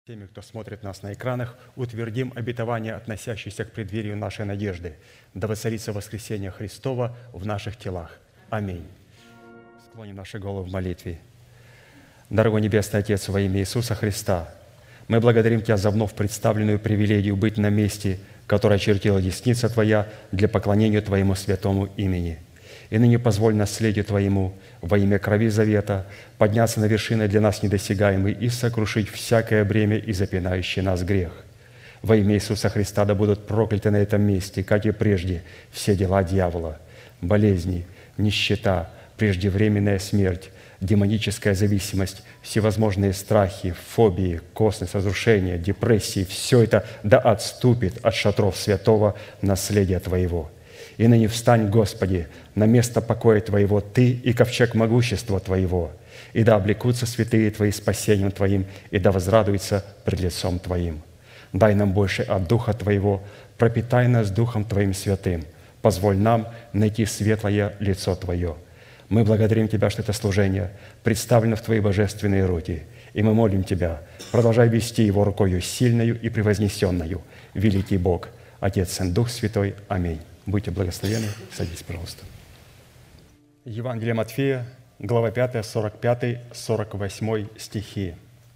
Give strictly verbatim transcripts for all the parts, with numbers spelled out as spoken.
Теми, кто смотрит нас на экранах, утвердим обетование, относящееся к преддверию нашей надежды. Да воцарится воскресение Христова в наших телах. Аминь. Склоним наши головы в молитве. Дорогой Небесный Отец, во имя Иисуса Христа, мы благодарим Тебя за вновь представленную привилегию быть на месте, которое очертила десница Твоя для поклонения Твоему святому имени. И ныне позволь наследию Твоему во имя крови завета подняться на вершины для нас недосягаемые и сокрушить всякое бремя и запинающий нас грех. Во имя Иисуса Христа да будут прокляты на этом месте, как и прежде, все дела дьявола, болезни, нищета, преждевременная смерть, демоническая зависимость, всевозможные страхи, фобии, косность, разрушения, депрессии. Все это да отступит от шатров святого наследия Твоего. И ныне встань, Господи, на место покоя Твоего Ты и ковчег могущества Твоего, и да облекутся святые Твои спасением Твоим, и да возрадуются пред лицом Твоим. Дай нам больше от Духа Твоего, пропитай нас Духом Твоим святым, позволь нам найти светлое лицо Твое. Мы благодарим Тебя, что это служение представлено в Твои божественные руки, и мы молим Тебя, продолжай вести его рукою сильною и превознесенною, великий Бог, Отец, Сын, Дух Святой. Аминь. Будьте благословенны. Садитесь, пожалуйста. Евангелие Матфея, глава пятая, сорок пятый, сорок восьмой стихи.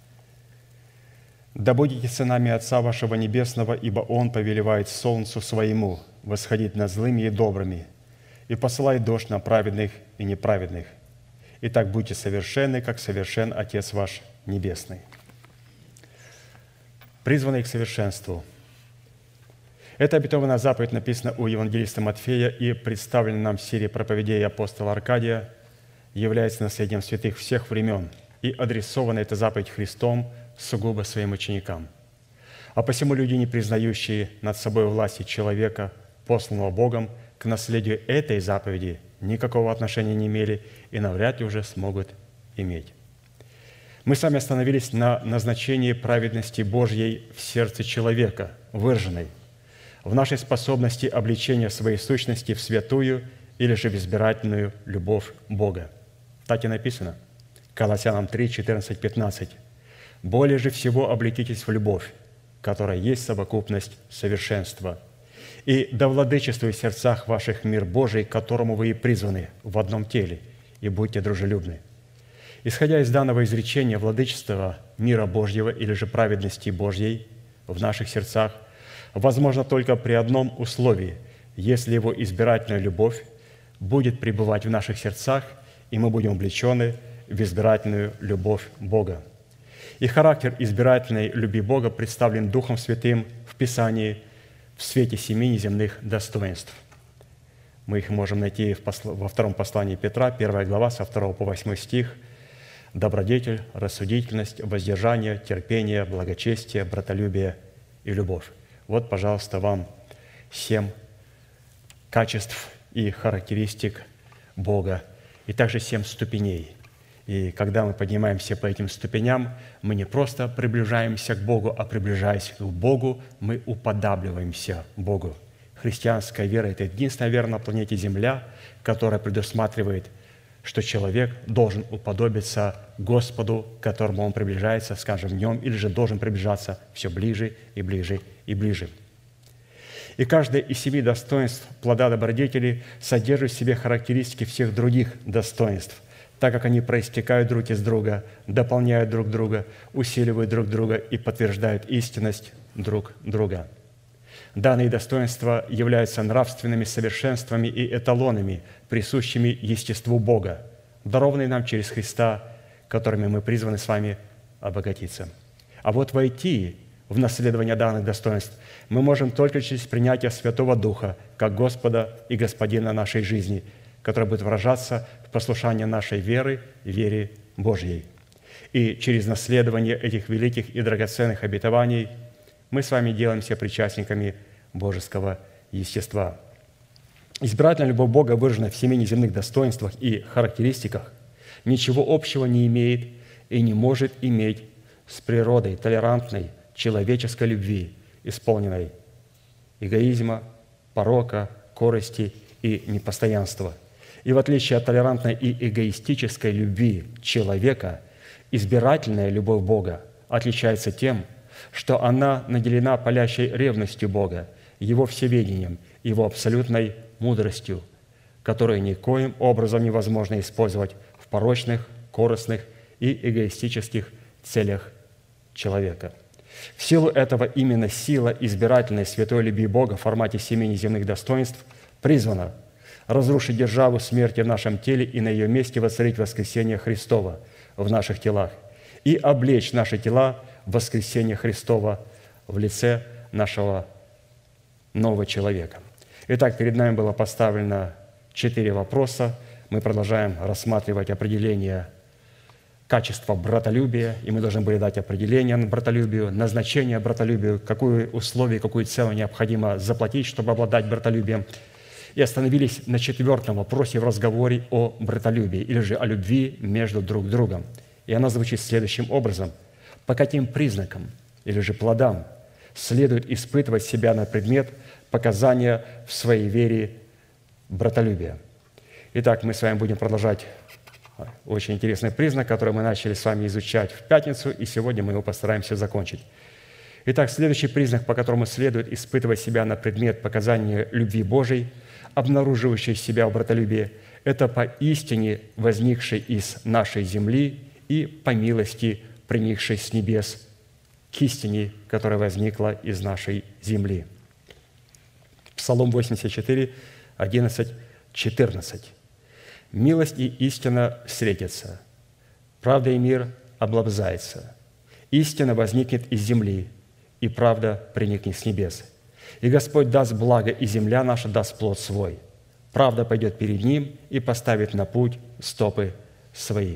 «Да будете сынами Отца вашего Небесного, ибо Он повелевает солнцу своему восходить над злыми и добрыми, и посылает дождь на праведных и неправедных. Итак, будьте совершенны, как совершен Отец ваш Небесный». Призванные к совершенству. Эта обетованная заповедь написана у евангелиста Матфея и представлена нам в серии проповедей апостола Аркадия, является наследием святых всех времен, и адресована эта заповедь Христом сугубо своим ученикам. А посему люди, не признающие над собой власти человека, посланного Богом, к наследию этой заповеди никакого отношения не имели и навряд ли уже смогут иметь. Мы с вами остановились на назначении праведности Божьей в сердце человека, выраженной в нашей способности обличения своей сущности в святую или же в избирательную любовь Бога. Так и написано. Колоссянам три, четырнадцать, пятнадцать. «Более же всего облекитесь в любовь, которая есть совокупность совершенства. И да владычествует в сердцах ваших мир Божий, к которому вы и призваны в одном теле, и будьте дружелюбны». Исходя из данного изречения, владычество мира Божьего или же праведности Божьей в наших сердцах возможно только при одном условии, если Его избирательная любовь будет пребывать в наших сердцах, и мы будем облечены в избирательную любовь Бога. И характер избирательной любви Бога представлен Духом Святым в Писании в свете семи неземных достоинств. Мы их можем найти во втором послании Петра, первая глава, со второго по восьмой стих. Добродетель, рассудительность, воздержание, терпение, благочестие, братолюбие и любовь. Вот, пожалуйста, вам семь качеств и характеристик Бога, и также семь ступеней. И когда мы поднимаемся по этим ступеням, мы не просто приближаемся к Богу, а приближаясь к Богу, мы уподабливаемся Богу. Христианская вера – это единственная вера на планете Земля, которая предусматривает, что человек должен уподобиться Господу, к которому он приближается, скажем, в нем, или же должен приближаться все ближе и ближе и ближе. И каждое из семи достоинств плода добродетели содержит в себе характеристики всех других достоинств, так как они проистекают друг из друга, дополняют друг друга, усиливают друг друга и подтверждают истинность друг друга. Данные достоинства являются нравственными совершенствами и эталонами, присущими естеству Бога, дарованные нам через Христа, которыми мы призваны с вами обогатиться. А вот войти в наследование данных достоинств мы можем только через принятие Святого Духа, как Господа и Господина нашей жизни, который будет выражаться в послушании нашей веры, вере Божьей. И через наследование этих великих и драгоценных обетований мы с вами делаемся причастниками божеского естества. Избирательная любовь Бога, выраженная в семи неземных достоинствах и характеристиках, ничего общего не имеет и не может иметь с природой толерантной человеческой любви, исполненной эгоизма, порока, корысти и непостоянства. И в отличие от толерантной и эгоистической любви человека, избирательная любовь Бога отличается тем, что она наделена палящей ревностью Бога, Его всеведением, Его абсолютной мудростью, которую никоим образом невозможно использовать в порочных, корыстных и эгоистических целях человека. В силу этого именно сила избирательной святой любви Бога в формате семи неземных достоинств призвана разрушить державу смерти в нашем теле и на ее месте воцарить воскресение Христова в наших телах и облечь наши тела в воскресение Христова в лице нашего нового человека. Итак, перед нами было поставлено четыре вопроса. Мы продолжаем рассматривать определение качества братолюбия, и мы должны были дать определение братолюбию, назначение братолюбию, какие условия, какую цену необходимо заплатить, чтобы обладать братолюбием. И остановились на четвертом вопросе в разговоре о братолюбии, или же о любви между друг другом. И она звучит следующим образом. По каким признакам или же плодам следует испытывать себя на предмет показания в своей вере братолюбия? Итак, мы с вами будем продолжать очень интересный признак, который мы начали с вами изучать в пятницу, и сегодня мы его постараемся закончить. Итак, следующий признак, по которому следует испытывать себя на предмет показания любви Божией, обнаруживающей себя в братолюбии, это поистине возникшей из нашей земли и по милости приникшей с небес к истине, которая возникла из нашей земли. Псалом восемьдесят четыре, одиннадцать, четырнадцать. «Милость и истина встретятся, правда и мир облобзается. Истина возникнет из земли, и правда приникнет с небес. И Господь даст благо, и земля наша даст плод свой. Правда пойдет перед Ним и поставит на путь стопы свои».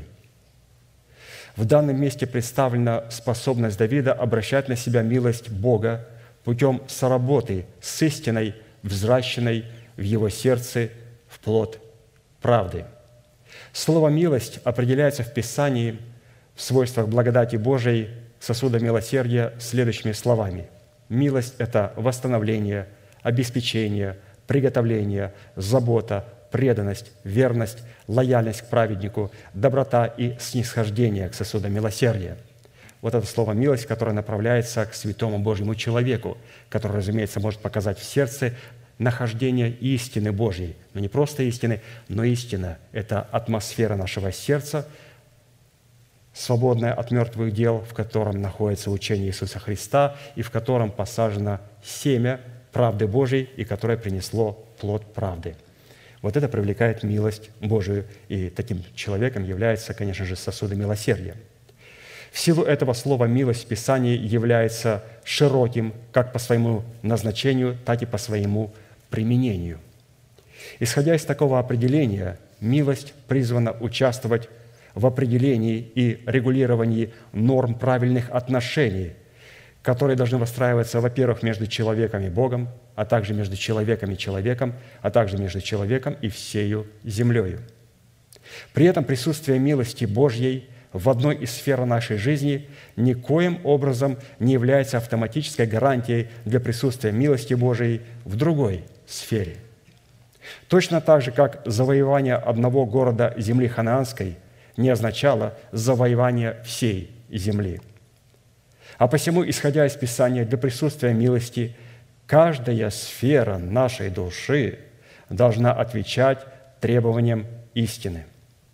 В данном месте представлена способность Давида обращать на себя милость Бога путем соработы с истиной, взращенной в его сердце в плод правды. Слово «милость» определяется в Писании в свойствах благодати Божией, сосуда милосердия, следующими словами. Милость – это восстановление, обеспечение, приготовление, забота, преданность, верность, лояльность к праведнику, доброта и снисхождение к сосудам милосердия. Вот это слово «милость», которое направляется к святому Божьему человеку, который, разумеется, может показать в сердце нахождение истины Божьей. Но не просто истины, но истина – это атмосфера нашего сердца, свободная от мертвых дел, в котором находится учение Иисуса Христа и в котором посажено семя правды Божьей и которое принесло плод правды. Вот это привлекает милость Божию, и таким человеком является, конечно же, сосудом милосердия. В силу этого слова «милость» в Писании является широким как по своему назначению, так и по своему применению. Исходя из такого определения, милость призвана участвовать в определении и регулировании норм правильных отношений, которые должны выстраиваться, во-первых, между человеком и Богом, а также между человеком и человеком, а также между человеком и всею землею. При этом присутствие милости Божьей в одной из сфер нашей жизни никоим образом не является автоматической гарантией для присутствия милости Божией в другой сфере. Точно так же, как завоевание одного города земли ханаанской не означало завоевание всей земли. А посему, исходя из Писания, для присутствия милости каждая сфера нашей души должна отвечать требованиям истины.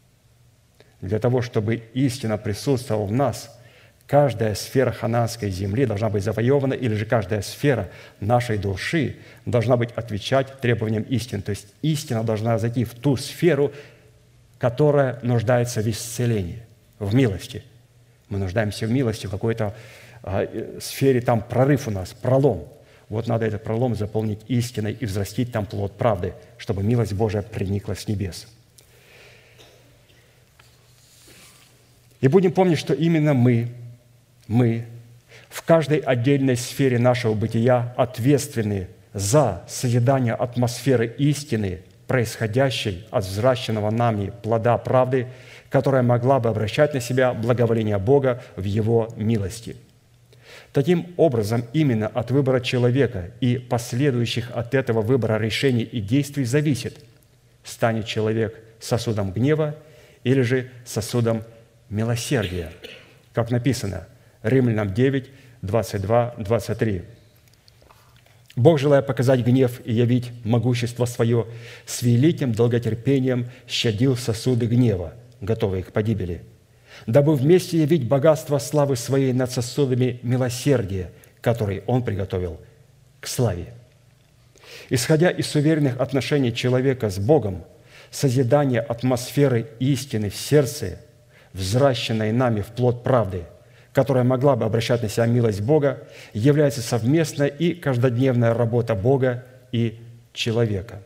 Для того, чтобы истина присутствовала в нас, каждая сфера ханаанской земли должна быть завоевана, или же каждая сфера нашей души должна быть отвечать требованиям истины. То есть истина должна зайти в ту сферу, которая нуждается в исцелении, в милости. Мы нуждаемся в милости, в какой-то а, сфере, там прорыв у нас, пролом. Вот надо этот пролом заполнить истиной и взрастить там плод правды, чтобы милость Божия проникла с небес. И будем помнить, что именно мы, мы в каждой отдельной сфере нашего бытия ответственны за созидание атмосферы истины, происходящей от взращенного нами плода правды, которая могла бы обращать на себя благоволение Бога в Его милости. Таким образом, именно от выбора человека и последующих от этого выбора решений и действий зависит, станет человек сосудом гнева или же сосудом милосердия. Как написано, Римлянам девять, двадцать два двадцать три. «Бог, желая показать гнев и явить могущество Свое, с великим долготерпением щадил сосуды гнева, готовые к погибели, дабы вместе явить богатство славы Своей над сосудами милосердия, которые Он приготовил к славе». Исходя из уверенных отношений человека с Богом, созидание атмосферы истины в сердце, взращенной нами в плод правды, которая могла бы обращать на себя милость Бога, является совместная и каждодневная работа Бога и человека.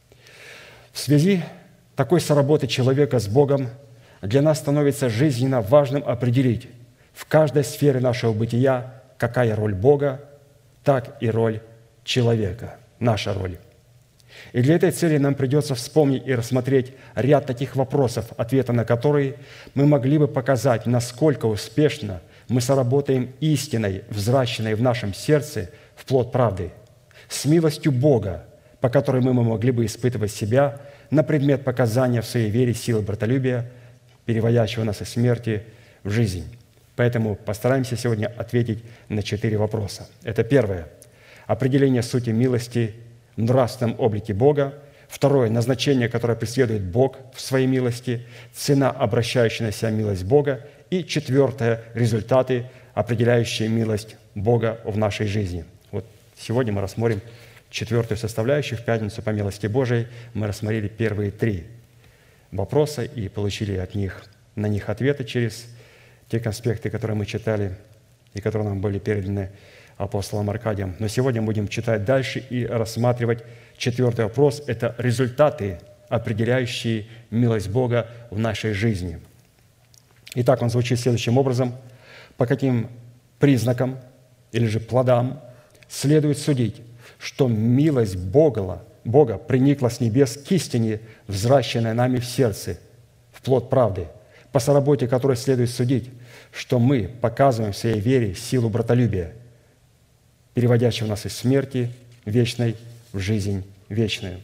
В связи такой соработы человека с Богом для нас становится жизненно важным определить в каждой сфере нашего бытия, какая роль Бога, так и роль человека, наша роль. И для этой цели нам придется вспомнить и рассмотреть ряд таких вопросов, ответы на которые мы могли бы показать, насколько успешно мы соработаем истиной, взращенной в нашем сердце в плод правды, с милостью Бога, по которой мы могли бы испытывать себя на предмет показания в своей вере силы братолюбия, переводящего нас из смерти в жизнь. Поэтому постараемся сегодня ответить на четыре вопроса. Это первое – определение сути милости в нравственном облике Бога. Второе – назначение, которое преследует Бог в своей милости, цена, обращающая на себя милость Бога. И четвертое – результаты, определяющие милость Бога в нашей жизни. Вот сегодня мы рассмотрим четвертую составляющую. В пятницу по милости Божией мы рассмотрели первые три вопроса и получили от них, на них ответы через те конспекты, которые мы читали и которые нам были переданы апостолом Аркадием. Но сегодня будем читать дальше и рассматривать четвертый вопрос – это результаты, определяющие милость Бога в нашей жизни. Итак, он звучит следующим образом. По каким признакам или же плодам следует судить, что милость Бога, Бога приникла с небес к истине, взращенной нами в сердце, в плод правды, по соработе которой следует судить, что мы показываем в своей вере силу братолюбия, переводящего нас из смерти вечной в жизнь вечную.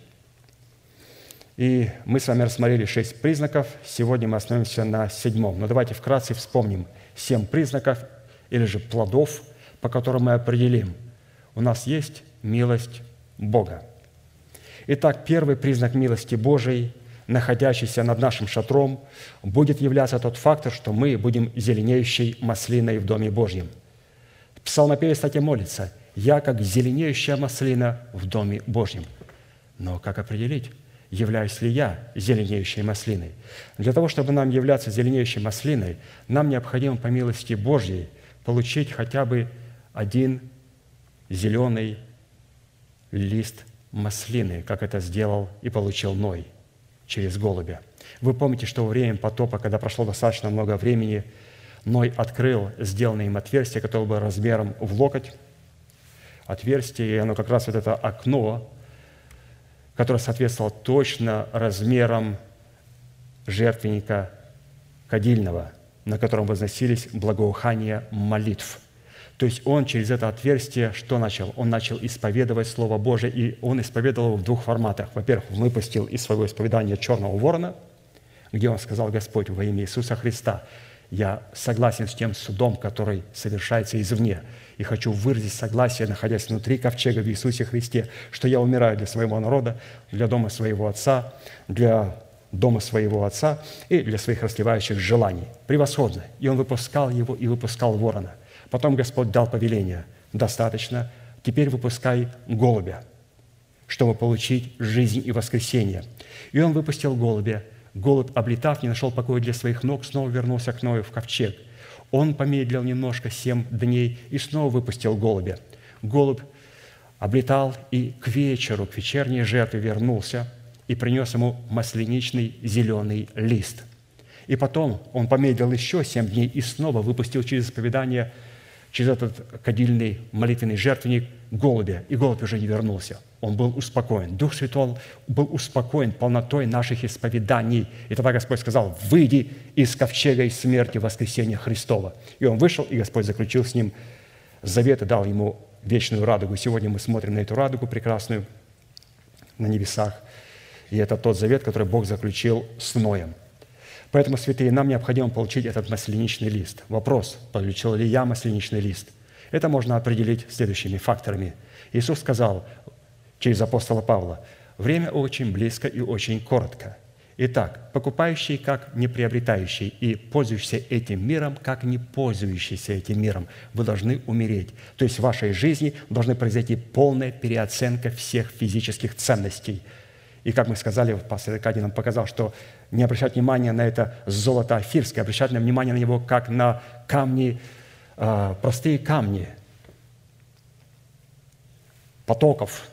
И мы с вами рассмотрели шесть признаков. Сегодня мы остановимся на седьмом. Но давайте вкратце вспомним семь признаков или же плодов, по которым мы определим, у нас есть милость Бога. Итак, первый признак милости Божией, находящийся над нашим шатром, будет являться тот фактор, что мы будем зеленеющей маслиной в Доме Божьем. Псалмопевец, кстати, молится: «Я, как зеленеющая маслина в Доме Божьем». Но как определить, являюсь ли я зеленеющей маслиной? Для того, чтобы нам являться зеленеющей маслиной, нам необходимо по милости Божьей получить хотя бы один зеленый лист маслины, как это сделал и получил Ной через голубя. Вы помните, что во время потопа, когда прошло достаточно много времени, Ной открыл сделанное им отверстие, которое было размером в локоть, отверстие, и оно как раз вот это окно, которое соответствовало точно размерам жертвенника кадильного, на котором возносились благоухания молитв. То есть он через это отверстие что начал? Он начал исповедовать Слово Божие, и он исповедовал его в двух форматах. Во-первых, он выпустил из своего исповедания черного ворона, где он сказал: «Господь, во имя Иисуса Христа, я согласен с тем судом, который совершается извне, и хочу выразить согласие, находясь внутри ковчега в Иисусе Христе, что я умираю для своего народа, для дома своего Отца, для дома своего Отца и для своих расливающих желаний». Превосходно. И он выпускал его и выпускал ворона. Потом Господь дал повеление: «Достаточно, теперь выпускай голубя, чтобы получить жизнь и воскресение». И он выпустил голубя. Голубь, облетав, не нашел покоя для своих ног, снова вернулся к Ною в ковчег. Он помедлил немножко, семь дней, и снова выпустил голубя. Голубь облетал и к вечеру, к вечерней жертве вернулся и принес ему масляничный зеленый лист. И потом он помедлил еще семь дней и снова выпустил через исповедание, через этот кадильный молитвенный жертвенник голубя, и голубь уже не вернулся. Он был успокоен. Дух Святой был успокоен полнотой наших исповеданий. И тогда Господь сказал: «Выйди из ковчега из смерти воскресения Христова». И он вышел, и Господь заключил с ним завет и дал ему вечную радугу. Сегодня мы смотрим на эту радугу прекрасную на небесах. И это тот завет, который Бог заключил с Ноем. Поэтому, святые, нам необходимо получить этот масляничный лист. Вопрос: получил ли я масляничный лист? Это можно определить следующими факторами. Иисус сказал через апостола Павла: «Время очень близко и очень коротко. Итак, покупающий как не приобретающий и пользующийся этим миром как не пользующийся этим миром, вы должны умереть». То есть в вашей жизни должна произойти полная переоценка всех физических ценностей. И как мы сказали, вот пастор Аркадий нам показал, что не обращать внимания на это золото афирское, обращать внимание на него как на камни, простые камни потоков,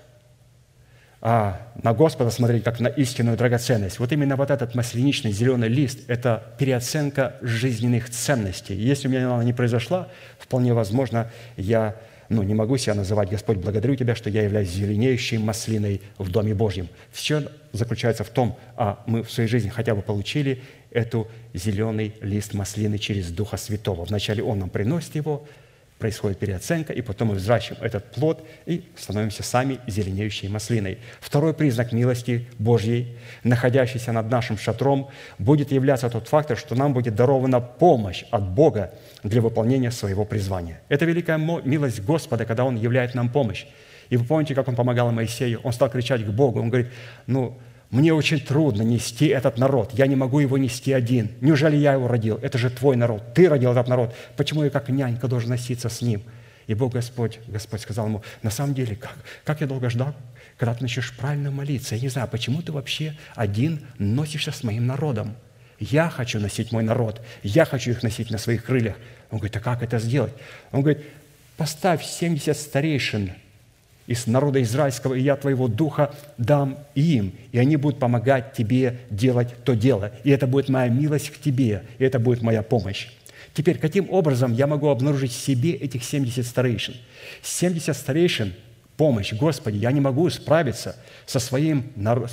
а на Господа смотреть как на истинную драгоценность. Вот именно вот этот масленичный зеленый лист – это переоценка жизненных ценностей. Если у меня она не произошла, вполне возможно, я ну, не могу себя называть: «Господь, благодарю Тебя, что я являюсь зеленеющей маслиной в Доме Божьем». Все заключается в том, а мы в своей жизни хотя бы получили эту зеленый лист маслины через Духа Святого. Вначале Он нам приносит его, происходит переоценка, и потом мы взращиваем этот плод и становимся сами зеленеющей маслиной. Второй признак милости Божьей, находящийся над нашим шатром, будет являться тот фактор, что нам будет дарована помощь от Бога для выполнения своего призвания. Это великая милость Господа, когда Он являет нам помощь. И вы помните, как Он помогал Моисею? Он стал кричать к Богу. Он говорит: ну, мне очень трудно нести этот народ. Я не могу его нести один. Неужели я его родил? Это же твой народ. Ты родил этот народ. Почему я как нянька должен носиться с ним? И Бог Господь, Господь сказал ему: на самом деле, как, как я долго ждал, когда ты начнешь правильно молиться. Я не знаю, почему ты вообще один носишься с моим народом. Я хочу носить мой народ. Я хочу их носить на своих крыльях. Он говорит: а как это сделать? Он говорит: поставь семьдесят старейшин из народа израильского, и я твоего духа дам им, и они будут помогать тебе делать то дело. И это будет моя милость к тебе, и это будет моя помощь. Теперь, каким образом я могу обнаружить в себе этих семьдесят старейшин? семьдесят старейшин – помощь. Господи, я не могу справиться со своим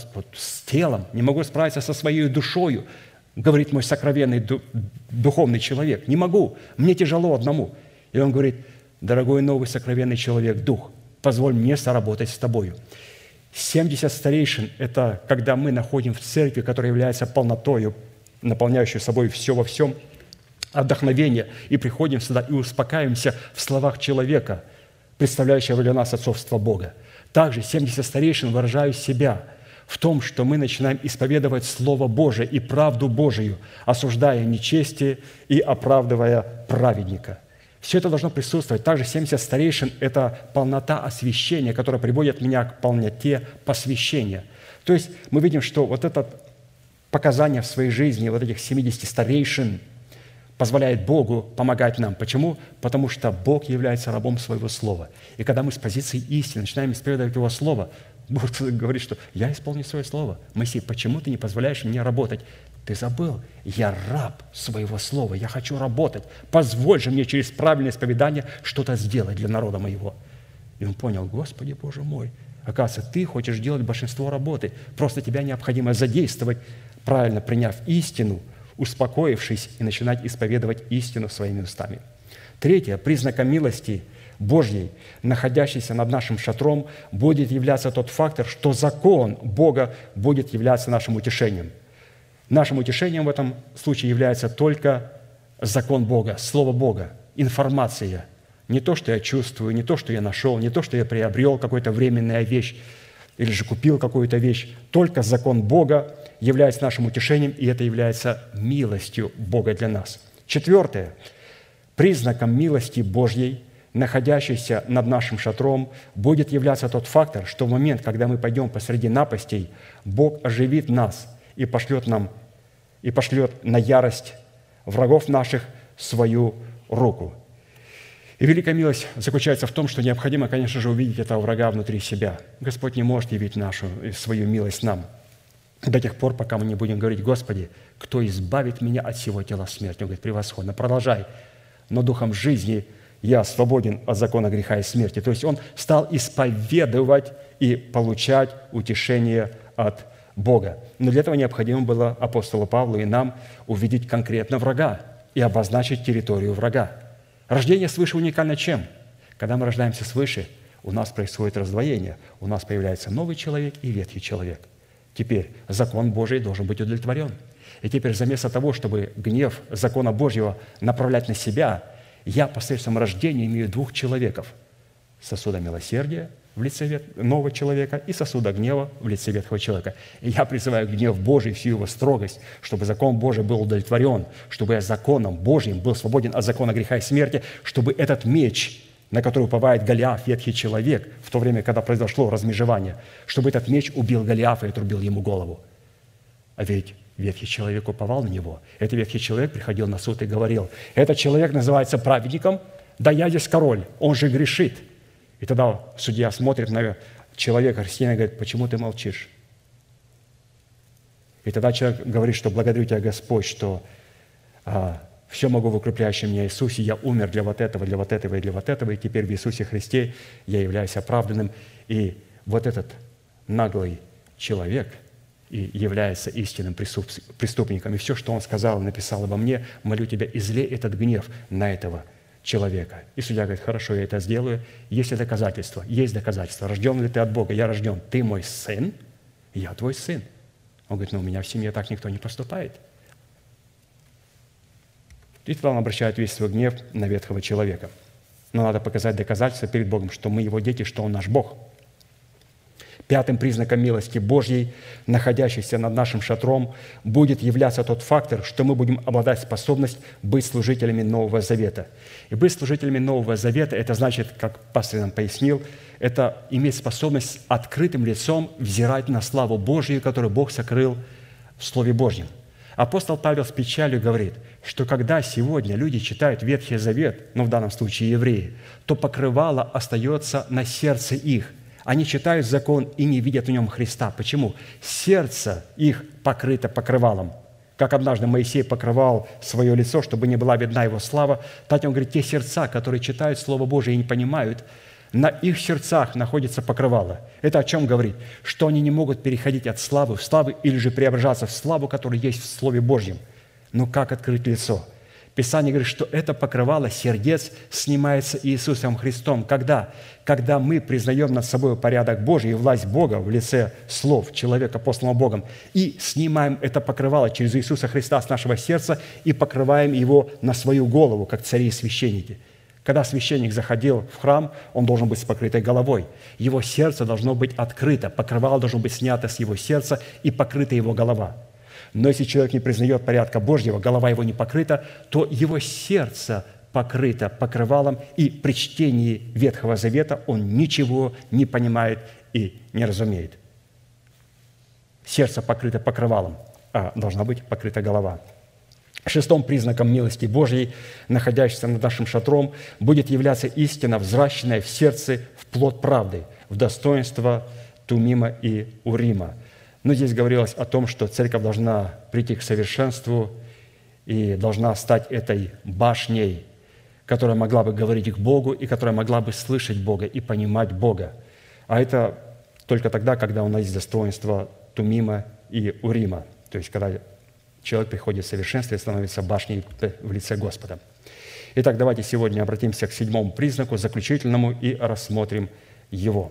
с телом, не могу справиться со своей душою, говорит мой сокровенный духовный человек. Не могу, мне тяжело одному. И он говорит: дорогой новый сокровенный человек, дух, позволь мне соработать с тобою. семьдесят старейшин – это когда мы находим в церкви, которая является полнотою, наполняющей собой все во всем, отдохновение, и приходим сюда и успокаиваемся в словах человека, представляющего для нас отцовство Бога. Также семьдесят старейшин выражают себя в том, что мы начинаем исповедовать Слово Божие и правду Божию, осуждая нечестие и оправдывая праведника. Все это должно присутствовать. Также семьдесят старейшин – это полнота освящения, которая приводит меня к полноте посвящения. То есть мы видим, что вот это показание в своей жизни вот этих семидесяти старейшин позволяет Богу помогать нам. Почему? Потому что Бог является рабом своего слова. И когда мы с позиции истины начинаем исповедовать Его Слово, Бог говорит, что «я исполню свое слово». Моисей, почему ты не позволяешь мне работать? Ты забыл, я раб своего слова, я хочу работать. Позволь же мне через правильное исповедание что-то сделать для народа моего. И он понял: Господи, Боже мой, оказывается, ты хочешь делать большинство работы. Просто тебя необходимо задействовать, правильно приняв истину, успокоившись и начинать исповедовать истину своими устами. Третье, признаком милости Божьей, находящейся над нашим шатром, будет являться тот фактор, что закон Бога будет являться нашим утешением. Нашим утешением в этом случае является только закон Бога, Слово Бога, информация. Не то, что я чувствую, не то, что я нашел, не то, что я приобрел какую-то временную вещь или же купил какую-то вещь. Только закон Бога является нашим утешением, и это является милостью Бога для нас. Четвертое. Признаком милости Божьей, находящейся над нашим шатром, будет являться тот фактор, что в момент, когда мы пойдем посреди напастей, Бог оживит нас и пошлет нам, и пошлет на ярость врагов наших свою руку. И великая милость заключается в том, что необходимо, конечно же, увидеть этого врага внутри себя. Господь не может явить нашу, свою милость нам до тех пор, пока мы не будем говорить: Господи, кто избавит меня от всего тела смерти? Он говорит: превосходно, продолжай. Но духом жизни я свободен от закона греха и смерти. То есть он стал исповедовать и получать утешение от Бога. Но для этого необходимо было апостолу Павлу и нам увидеть конкретно врага и обозначить территорию врага. Рождение свыше уникально чем? Когда мы рождаемся свыше, у нас происходит раздвоение, у нас появляется новый человек и ветхий человек. Теперь закон Божий должен быть удовлетворен. И теперь вместо того, чтобы гнев закона Божьего направлять на себя, я посредством рождения имею двух человеков – сосуда милосердия в лице нового человека и сосуда гнева в лице ветхого человека. И я призываю гнев Божий, всю его строгость, чтобы закон Божий был удовлетворен, чтобы я законом Божьим был свободен от закона греха и смерти, чтобы этот меч, на который уповает Голиаф, ветхий человек, в то время, когда произошло размежевание, чтобы этот меч убил Голиафа и отрубил ему голову. А ведь ветхий человек уповал на него. Этот ветхий человек приходил на суд и говорил: этот человек называется праведником, да я здесь король, он же грешит. И тогда судья смотрит на человека, христианина, и говорит: почему ты молчишь? И тогда человек говорит, что благодарю Тебя, Господь, что а, все могу в укрепляющем меня Иисусе, я умер для вот этого, для вот этого и для вот этого, и теперь в Иисусе Христе я являюсь оправданным. И вот этот наглый человек и является истинным преступником. И все, что он сказал, написал обо мне, молю Тебя, излей этот гнев на этого человека. И судья говорит: хорошо, я это сделаю. Есть ли доказательства? Есть доказательства. Рожден ли ты от Бога? Я рожден. Ты мой сын, я твой сын. Он говорит: ну, у меня в семье так никто не поступает. И тогда он обращает весь свой гнев на ветхого человека. Но надо показать доказательства перед Богом, что мы Его дети, что Он наш Бог. Пятым признаком милости Божьей, находящейся над нашим шатром, будет являться тот фактор, что мы будем обладать способностью быть служителями Нового Завета. И быть служителями Нового Завета – это значит, как пастор нам пояснил, это иметь способность открытым лицом взирать на славу Божию, которую Бог сокрыл в Слове Божьем. Апостол Павел с печалью говорит, что когда сегодня люди читают Ветхий Завет, ну в данном случае евреи, то покрывало остается на сердце их. Они читают закон и не видят в нем Христа. Почему? Сердце их покрыто покрывалом. Как однажды Моисей покрывал свое лицо, чтобы не была видна его слава, так он говорит, те сердца, которые читают Слово Божие и не понимают, на их сердцах находится покрывало. Это о чем говорит? Что они не могут переходить от славы в славу или же преображаться в славу, которая есть в Слове Божьем. Но как открыть лицо? Писание говорит, что это покрывало сердец снимается Иисусом Христом. Когда? Когда мы признаем над собой порядок Божий и власть Бога в лице слов человека, посланного Богом, и снимаем это покрывало через Иисуса Христа с нашего сердца и покрываем его на свою голову, как цари и священники. Когда священник заходил в храм, он должен быть с покрытой головой. Его сердце должно быть открыто, покрывало должно быть снято с его сердца и покрыта его голова. Но если человек не признает порядка Божьего, голова его не покрыта, то его сердце покрыто покрывалом, и при чтении Ветхого Завета он ничего не понимает и не разумеет. Сердце покрыто покрывалом, а должна быть покрыта голова. Шестым признаком милости Божьей, находящейся над нашим шатром, будет являться истина, взращенная в сердце в плод правды, в достоинство Тумима и Урима. Но здесь говорилось о том, что церковь должна прийти к совершенству и должна стать этой башней, которая могла бы говорить к Богу и которая могла бы слышать Бога и понимать Бога. А это только тогда, когда у нас есть достоинство Тумима и Урима, то есть когда человек приходит в совершенство и становится башней в лице Господа. Итак, давайте сегодня обратимся к седьмому признаку, заключительному, и рассмотрим его.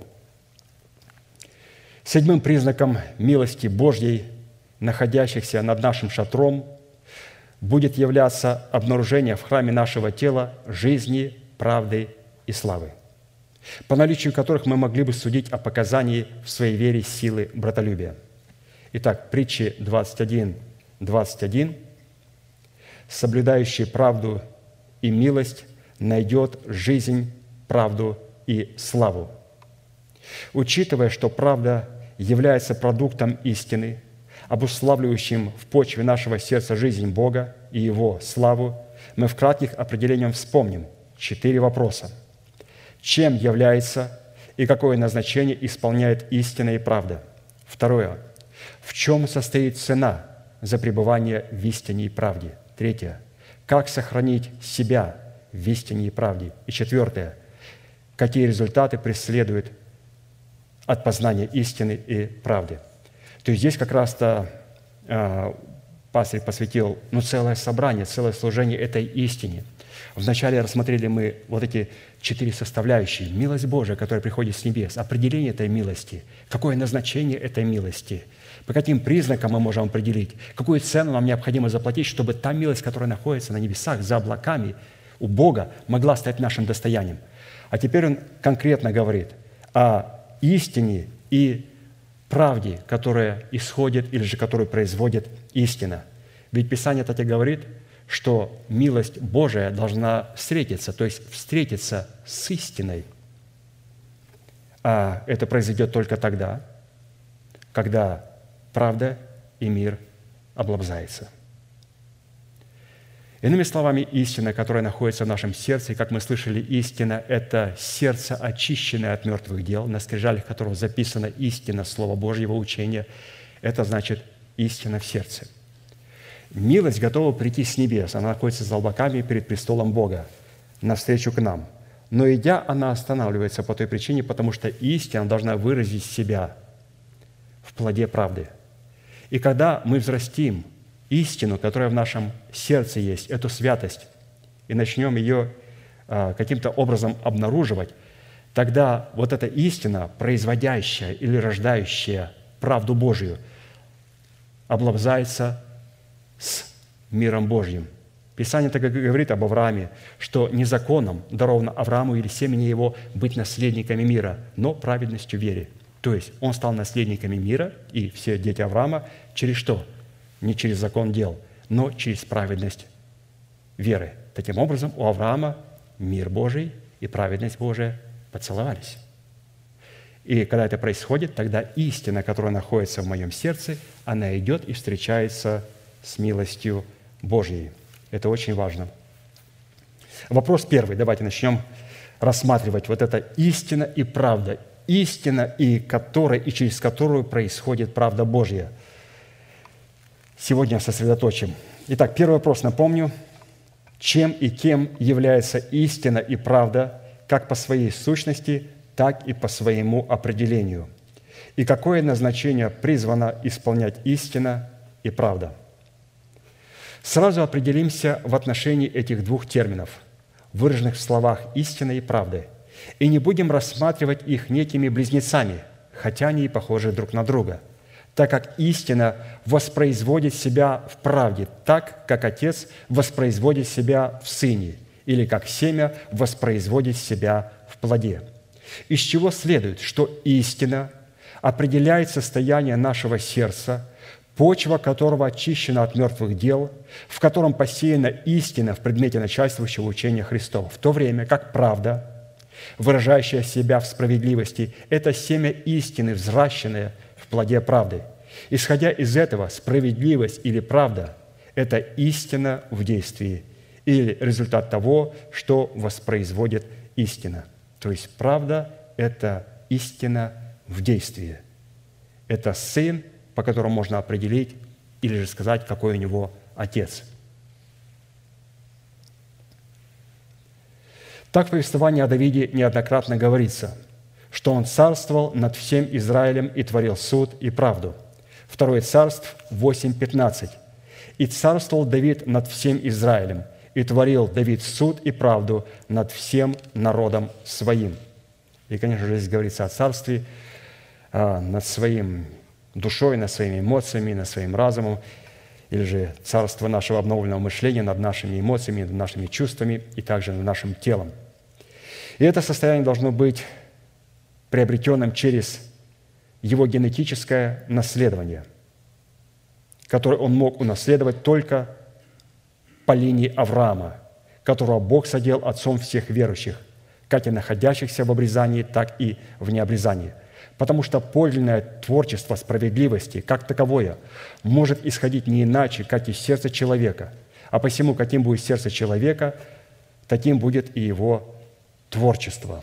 Седьмым признаком милости Божьей, находящихся над нашим шатром, будет являться обнаружение в храме нашего тела жизни, правды и славы, по наличию которых мы могли бы судить о показании в своей вере силы братолюбия. Итак, притчи двадцать один, двадцать один. «Соблюдающий правду и милость найдет жизнь, правду и славу». Учитывая, что правда является продуктом истины, обуславливающим в почве нашего сердца жизнь Бога и Его славу, мы в кратких определениях вспомним четыре вопроса. Чем является и какое назначение исполняет истина и правда? Второе. В чем состоит цена за пребывание в истине и правде? Третье. Как сохранить себя в истине и правде? И четвертое. Какие результаты преследуют от познания истины и правды? То есть здесь как раз-то э, пастырь посвятил ну, целое собрание, целое служение этой истине. Вначале рассмотрели мы вот эти четыре составляющие. Милость Божия, которая приходит с небес, определение этой милости, какое назначение этой милости, по каким признакам мы можем определить, какую цену нам необходимо заплатить, чтобы та милость, которая находится на небесах, за облаками, у Бога могла стать нашим достоянием. А теперь он конкретно говорит о истине и правде, которая исходит или же которую производит истина. Ведь Писание, так и говорит, что милость Божия должна встретиться, то есть встретиться с истиной. А это произойдет только тогда, когда правда и мир облобзается. Иными словами, истина, которая находится в нашем сердце, и, как мы слышали, истина – это сердце, очищенное от мертвых дел, на скрижалях которого записана истина, Слово Божьего учения. Это значит истина в сердце. Милость готова прийти с небес. Она находится за облаками перед престолом Бога, навстречу к нам. Но идя, она останавливается по той причине, потому что истина должна выразить себя в плоде правды. И когда мы взрастим истину, которая в нашем сердце есть, эту святость, и начнем ее а, каким-то образом обнаруживать, тогда вот эта истина, производящая или рождающая правду Божию, облобзается с миром Божьим. Писание так и говорит об Аврааме, что не законом даровано Аврааму или семени его быть наследниками мира, но праведностью веры. То есть он стал наследниками мира, и все дети Авраама через что? Не через закон дел, но через праведность веры. Таким образом, у Авраама мир Божий и праведность Божия поцеловались. И когда это происходит, тогда истина, которая находится в моем сердце, она идет и встречается с милостью Божьей. Это очень важно. Вопрос первый. Давайте начнем рассматривать вот это истина и правда. Истина, и которая, и через которую происходит правда Божья. Сегодня сосредоточим. Итак, первый вопрос напомню. Чем и кем является истина и правда, как по своей сущности, так и по своему определению? И какое назначение призвано исполнять истина и правда? Сразу определимся в отношении этих двух терминов, выраженных в словах «истина» и «правда», и не будем рассматривать их некими близнецами, хотя они и похожи друг на друга, так как истина воспроизводит себя в правде, так, как Отец воспроизводит себя в Сыне, или как семя воспроизводит себя в плоде. Из чего следует, что истина определяет состояние нашего сердца, почва которого очищена от мертвых дел, в котором посеяна истина в предмете начальствующего учения Христова, в то время как правда, выражающая себя в справедливости, это семя истины, взращенное в плоде правды. Исходя из этого, справедливость или правда – это истина в действии или результат того, что воспроизводит истина. То есть правда – это истина в действии. Это Сын, по которому можно определить или же сказать, какой у него Отец. Так в повествовании о Давиде неоднократно говорится, что он царствовал над всем Израилем и творил суд и правду. Второе Царств восемь пятнадцать. «И царствовал Давид над всем Израилем, и творил Давид суд и правду над всем народом своим». И, конечно же, здесь говорится о царстве над своим душой, над своими эмоциями, над своим разумом, или же царство нашего обновленного мышления над нашими эмоциями, над нашими чувствами и также над нашим телом. И это состояние должно быть приобретенным через его генетическое наследование, которое он мог унаследовать только по линии Авраама, которого Бог содел отцом всех верующих, как и находящихся в обрезании, так и в необрезании. Потому что подлинное творчество справедливости, как таковое, может исходить не иначе, как из сердца человека. А посему, каким будет сердце человека, таким будет и его творчество.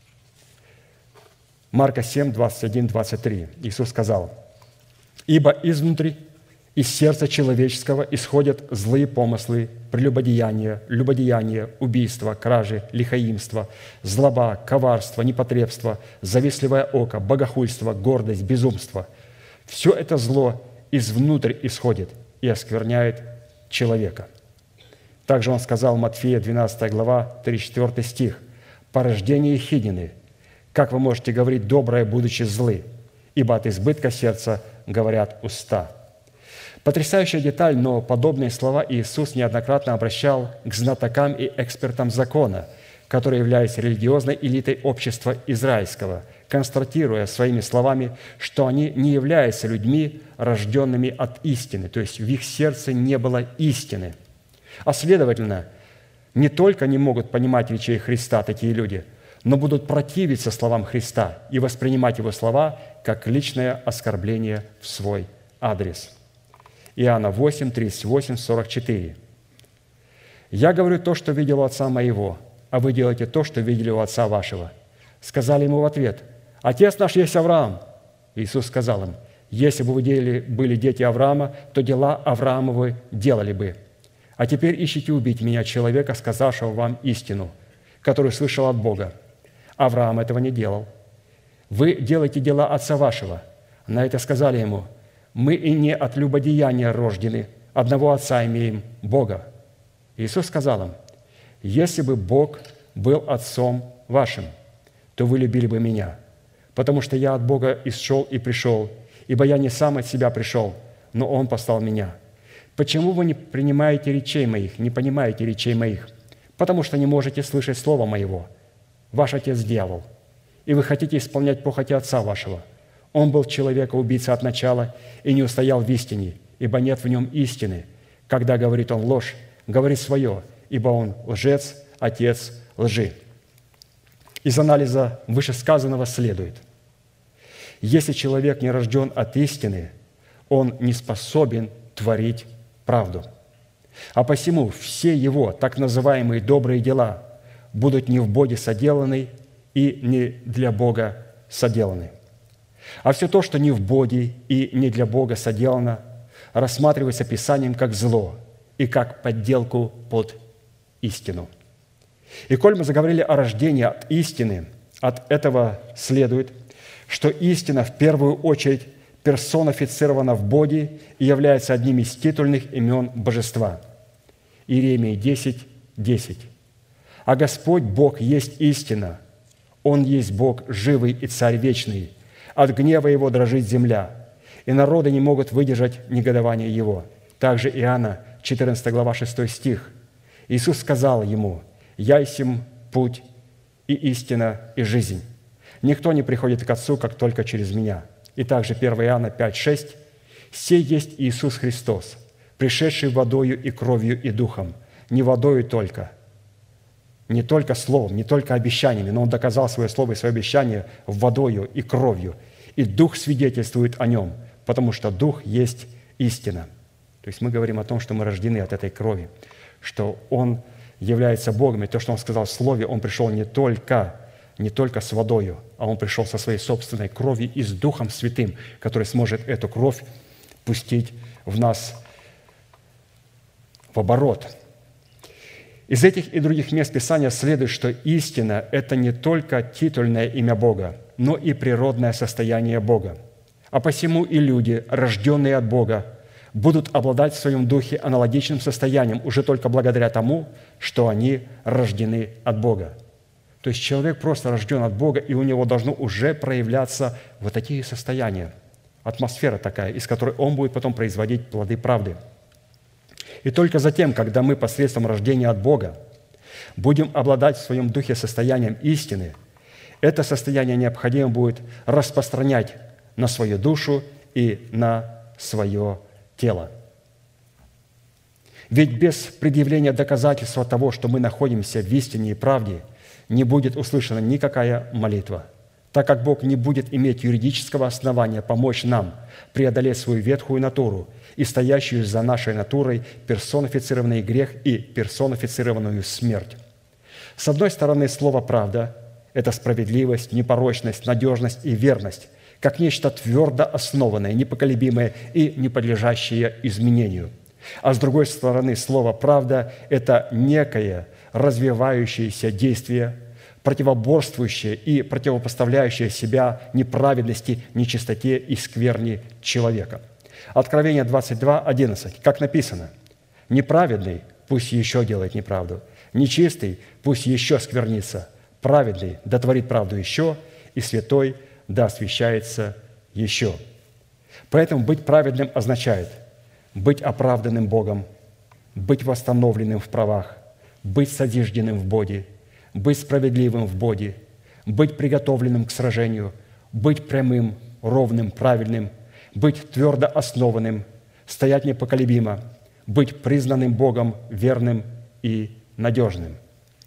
Марка семь, двадцать один, двадцать три. Иисус сказал: «Ибо изнутри, из сердца человеческого исходят злые помыслы, прелюбодеяния, любодеяния, убийства, кражи, лихоимство, злоба, коварство, непотребство, завистливое око, богохульство, гордость, безумство. Все это зло извнутрь исходит и оскверняет человека». Также он сказал, Матфея, двенадцатая глава, тридцать четвёртый стих: «Порождение ехиднины, как вы можете говорить доброе, будучи злы? Ибо от избытка сердца говорят уста». Потрясающая деталь, но подобные слова Иисус неоднократно обращал к знатокам и экспертам закона, которые являлись религиозной элитой общества израильского, констатируя своими словами, что они не являются людьми, рожденными от истины, то есть в их сердце не было истины. А следовательно, не только не могут понимать речей Христа такие люди, но будут противиться словам Христа и воспринимать Его слова как личное оскорбление в свой адрес. Иоанна восемь, тридцать восемь, сорок четыре. «Я говорю то, что видел у Отца моего, а вы делаете то, что видели у Отца вашего». Сказали ему в ответ: «Отец наш есть Авраам». Иисус сказал им: «Если бы вы делали, были дети Авраама, то дела Авраамовы делали бы. А теперь ищите убить меня, человека, сказавшего вам истину, которую слышал от Бога. Авраам этого не делал. Вы делаете дела отца вашего». На это сказали ему: «Мы и не от любодеяния рождены, одного отца имеем, Бога». Иисус сказал им: «Если бы Бог был отцом вашим, то вы любили бы меня, потому что я от Бога исшел и пришел, ибо я не сам от себя пришел, но Он послал меня. Почему вы не принимаете речей моих, не понимаете речей моих? Потому что не можете слышать слова моего. Ваш отец – дьявол, и вы хотите исполнять похоти отца вашего. Он был человека-убийца от начала и не устоял в истине, ибо нет в нем истины. Когда говорит он ложь, говорит свое, ибо он лжец, отец лжи». Из анализа вышесказанного следует: если человек не рожден от истины, он не способен творить правду. А посему все его так называемые добрые дела будут не в Боге соделаны и не для Бога соделаны. А все то, что не в Боге и не для Бога соделано, рассматривается Писанием как зло и как подделку под истину. И коль мы заговорили о рождении от истины, от этого следует, что истина в первую очередь персонифицирована в Боге и является одним из титульных имен Божества. Иеремии десять, десять. «А Господь Бог есть истина, Он есть Бог живый и Царь вечный. От гнева Его дрожит земля, и народы не могут выдержать негодование Его». Также Иоанна, четырнадцатая глава, шестой стих. Иисус сказал ему: «Я есмь путь и истина и жизнь. Никто не приходит к Отцу, как только через Меня». И также первое Иоанна пять, шесть. «Сей есть Иисус Христос, пришедший водою и кровью и духом, не водою только, не только словом, не только обещаниями, но Он доказал свое слово и свое обещание водою и кровью, и Дух свидетельствует о Нем, потому что Дух есть истина». То есть мы говорим о том, что мы рождены от этой крови, что Он является Богом, и то, что Он сказал в Слове, Он пришел не только, не только с водою, а Он пришел со своей собственной кровью и с Духом Святым, который сможет эту кровь пустить в нас в оборот. Из этих и других мест Писания следует, что истина – это не только титульное имя Бога, но и природное состояние Бога. А посему и люди, рожденные от Бога, будут обладать в своем духе аналогичным состоянием уже только благодаря тому, что они рождены от Бога. То есть человек просто рожден от Бога, и у него должно уже проявляться вот такие состояния, атмосфера такая, из которой он будет потом производить плоды правды. И только затем, когда мы посредством рождения от Бога будем обладать в своем духе состоянием истины, это состояние необходимо будет распространять на свою душу и на свое тело. Ведь без предъявления доказательства того, что мы находимся в истине и правде, не будет услышана никакая молитва, так как Бог не будет иметь юридического основания помочь нам преодолеть свою ветхую натуру и стоящую за нашей натурой персонифицированный грех и персонифицированную смерть. С одной стороны, слово «правда» – это справедливость, непорочность, надежность и верность, как нечто твердо основанное, непоколебимое и не подлежащее изменению. А с другой стороны, слово «правда» – это некое развивающееся действие, противоборствующее и противопоставляющее себя неправедности, нечистоте и скверне человека. Откровение двадцать два, одиннадцать. Как написано: «Неправедный пусть еще делает неправду, нечистый пусть еще сквернится, праведный да творит правду еще, и святой да освящается еще». Поэтому быть праведным означает быть оправданным Богом, быть восстановленным в правах, быть созижденным в Боге, быть справедливым в Боге, быть приготовленным к сражению, быть прямым, ровным, правильным, быть твердо основанным, стоять непоколебимо, быть признанным Богом верным и надежным.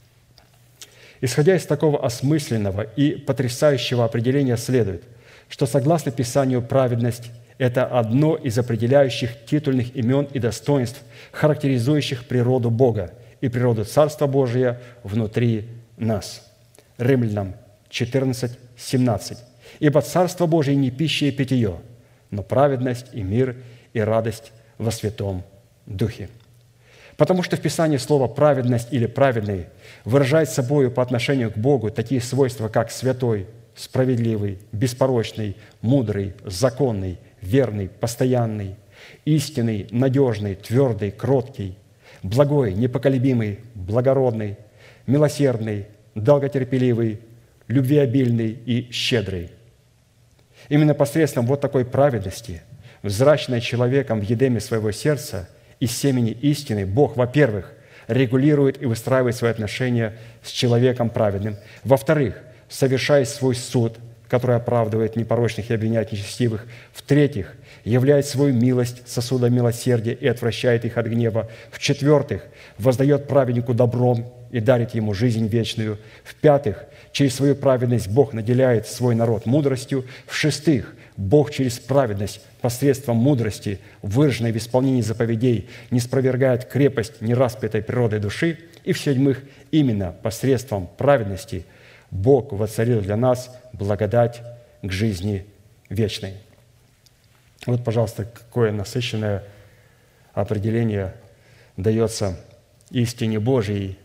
Исходя из такого осмысленного и потрясающего определения следует, что согласно Писанию праведность – это одно из определяющих титульных имен и достоинств, характеризующих природу Бога и природу Царства Божия внутри нас. Римлянам четырнадцать, семнадцать. «Ибо Царство Божие не пища и питье, но праведность и мир и радость во Святом Духе». Потому что в Писании слово «праведность» или «праведный» выражает собою по отношению к Богу такие свойства, как святой, справедливый, беспорочный, мудрый, законный, верный, постоянный, истинный, надежный, твердый, кроткий, благой, непоколебимый, благородный, милосердный, долготерпеливый, любвеобильный и щедрый. Именно посредством вот такой праведности, взращенной человеком в едеме своего сердца, из семени истины, Бог, во-первых, регулирует и выстраивает свои отношения с человеком праведным. Во-вторых, совершает свой суд, который оправдывает непорочных и обвиняет нечестивых. В-третьих, являет свою милость сосудом милосердия и отвращает их от гнева. В-четвертых, воздает праведнику добром и дарит ему жизнь вечную. В-пятых, через свою праведность Бог наделяет свой народ мудростью. В-шестых, Бог через праведность посредством мудрости, выраженной в исполнении заповедей, не спровергает крепость нераспятой природы души. И в-седьмых, именно посредством праведности Бог воцарил для нас благодать к жизни вечной. Вот, пожалуйста, какое насыщенное определение дается истине Божией,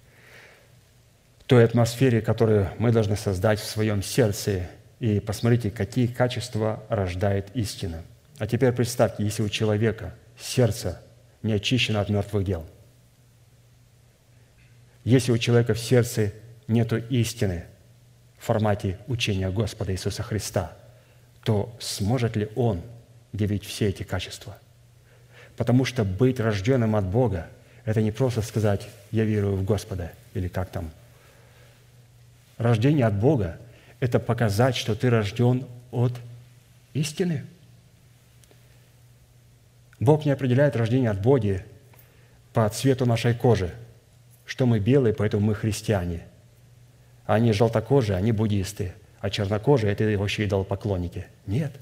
той атмосфере, которую мы должны создать в своем сердце. И посмотрите, какие качества рождает истина. А теперь представьте, если у человека сердце не очищено от мертвых дел, если у человека в сердце нет истины в формате учения Господа Иисуса Христа, то сможет ли он явить все эти качества? Потому что быть рожденным от Бога – это не просто сказать «я верую в Господа» или как там. Рождение от Бога – это показать, что ты рожден от истины. Бог не определяет рождение от Бога по цвету нашей кожи, что мы белые, поэтому мы христиане. А они желтокожие, они буддисты, а чернокожие – это вообще идолопоклонники. Нет.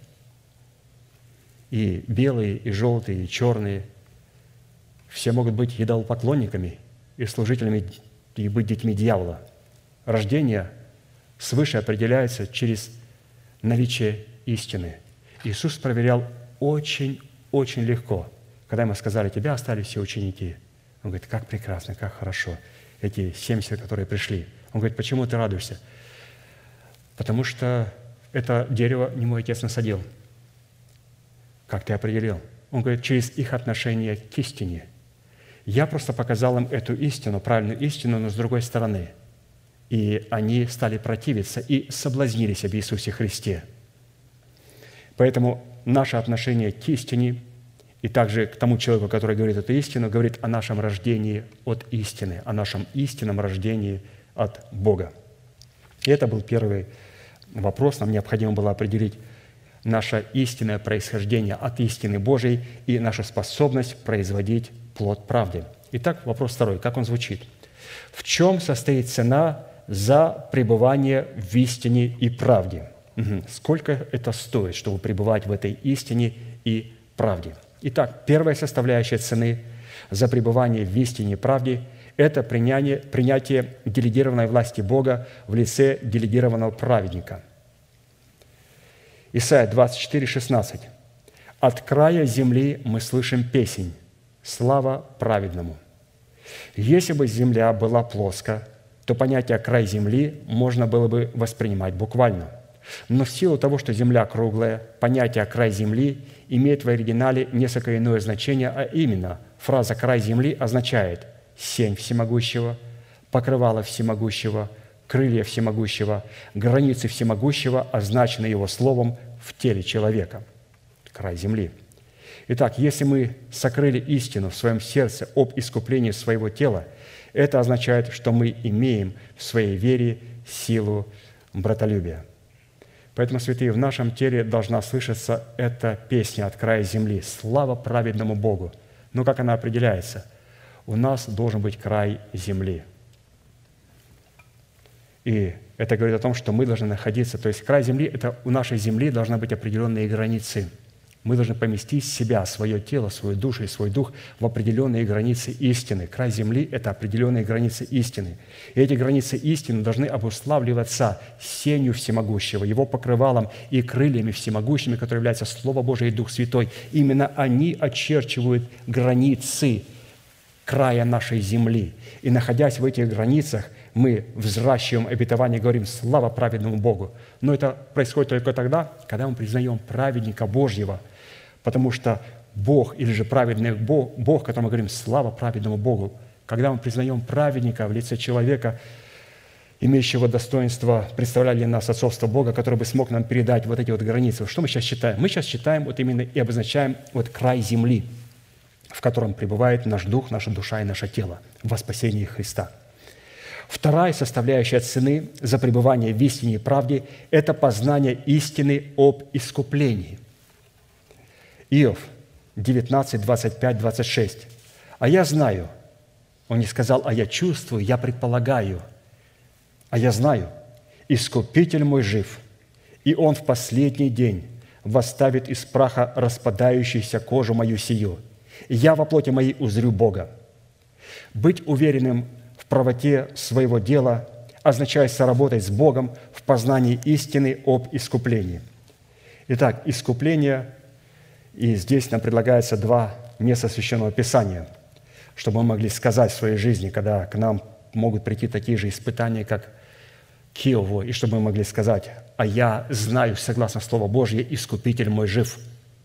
И белые, и желтые, и черные – все могут быть идолопоклонниками и служителями, и быть детьми дьявола. Рождение свыше определяется через наличие истины. Иисус проверял очень-очень легко. Когда ему сказали, тебя остались все ученики. Он говорит, как прекрасно, как хорошо. Эти семьдесят, которые пришли. Он говорит, почему ты радуешься? Потому что это дерево не мой отец насадил. Как ты определил? Он говорит, через их отношение к истине. Я просто показал им эту истину, правильную истину, но с другой стороны. И они стали противиться и соблазнились об Иисусе Христе. Поэтому наше отношение к истине и также к тому человеку, который говорит эту истину, говорит о нашем рождении от истины, о нашем истинном рождении от Бога. И это был первый вопрос. Нам необходимо было определить наше истинное происхождение от истины Божией и наша способность производить плод правды. Итак, вопрос второй. Как он звучит? В чем состоит цена за пребывание в истине и правде? Угу. Сколько это стоит, чтобы пребывать в этой истине и правде? Итак, первая составляющая цены за пребывание в истине и правде – это принятие, принятие делегированной власти Бога в лице делегированного праведника. Исайя двадцать четыре, шестнадцать. «От края земли мы слышим песнь, слава праведному». Если бы земля была плоска, то понятие «край земли» можно было бы воспринимать буквально. Но в силу того, что земля круглая, понятие «край земли» имеет в оригинале несколько иное значение, а именно фраза «край земли» означает «сень всемогущего», «покрывало всемогущего», «крылья всемогущего», «границы всемогущего», означенные его словом в теле человека. Край земли. Итак, если мы сокрыли истину в своем сердце об искуплении своего тела, это означает, что мы имеем в своей вере силу братолюбия. Поэтому, святые, в нашем теле должна слышаться эта песня от края земли «Слава праведному Богу». Но как она определяется? У нас должен быть край земли. И это говорит о том, что мы должны находиться, то есть край земли – это у нашей земли должны быть определенные границы. Мы должны поместить себя, свое тело, свою душу и свой дух в определенные границы истины. Край земли – это определенные границы истины. И эти границы истины должны обуславливаться сенью всемогущего, его покрывалом и крыльями всемогущими, которые являются Слово Божие и Дух Святой. Именно они очерчивают границы края нашей земли. И, находясь в этих границах, мы взращиваем обетование, говорим «Слава праведному Богу». Но это происходит только тогда, когда мы признаем праведника Божьего, потому что Бог, или же праведный Бог, Бог, которому мы говорим «Слава праведному Богу», когда мы признаем праведника в лице человека, имеющего достоинство, представляли нас отцовство Бога, который бы смог нам передать вот эти вот границы. Что мы сейчас считаем? Мы сейчас считаем вот именно и обозначаем вот край земли, в котором пребывает наш дух, наша душа и наше тело во спасении Христа. Вторая составляющая цены за пребывание в истине и правде – это познание истины об искуплении. Иов девятнадцать, двадцать пять, двадцать шесть. «А я знаю». Он не сказал «а я чувствую», «я предполагаю». «А я знаю, Искупитель мой жив, и Он в последний день восставит из праха распадающуюся кожу мою сию. И я во плоти моей узрю Бога». Быть уверенным в правоте своего дела означает соработать с Богом в познании истины об искуплении. Итак, искупление, и здесь нам предлагается два места Священного Писания, чтобы мы могли сказать в своей жизни, когда к нам могут прийти такие же испытания, как к Иову, и чтобы мы могли сказать: «А я знаю, согласно Слову Божье, Искупитель мой жив».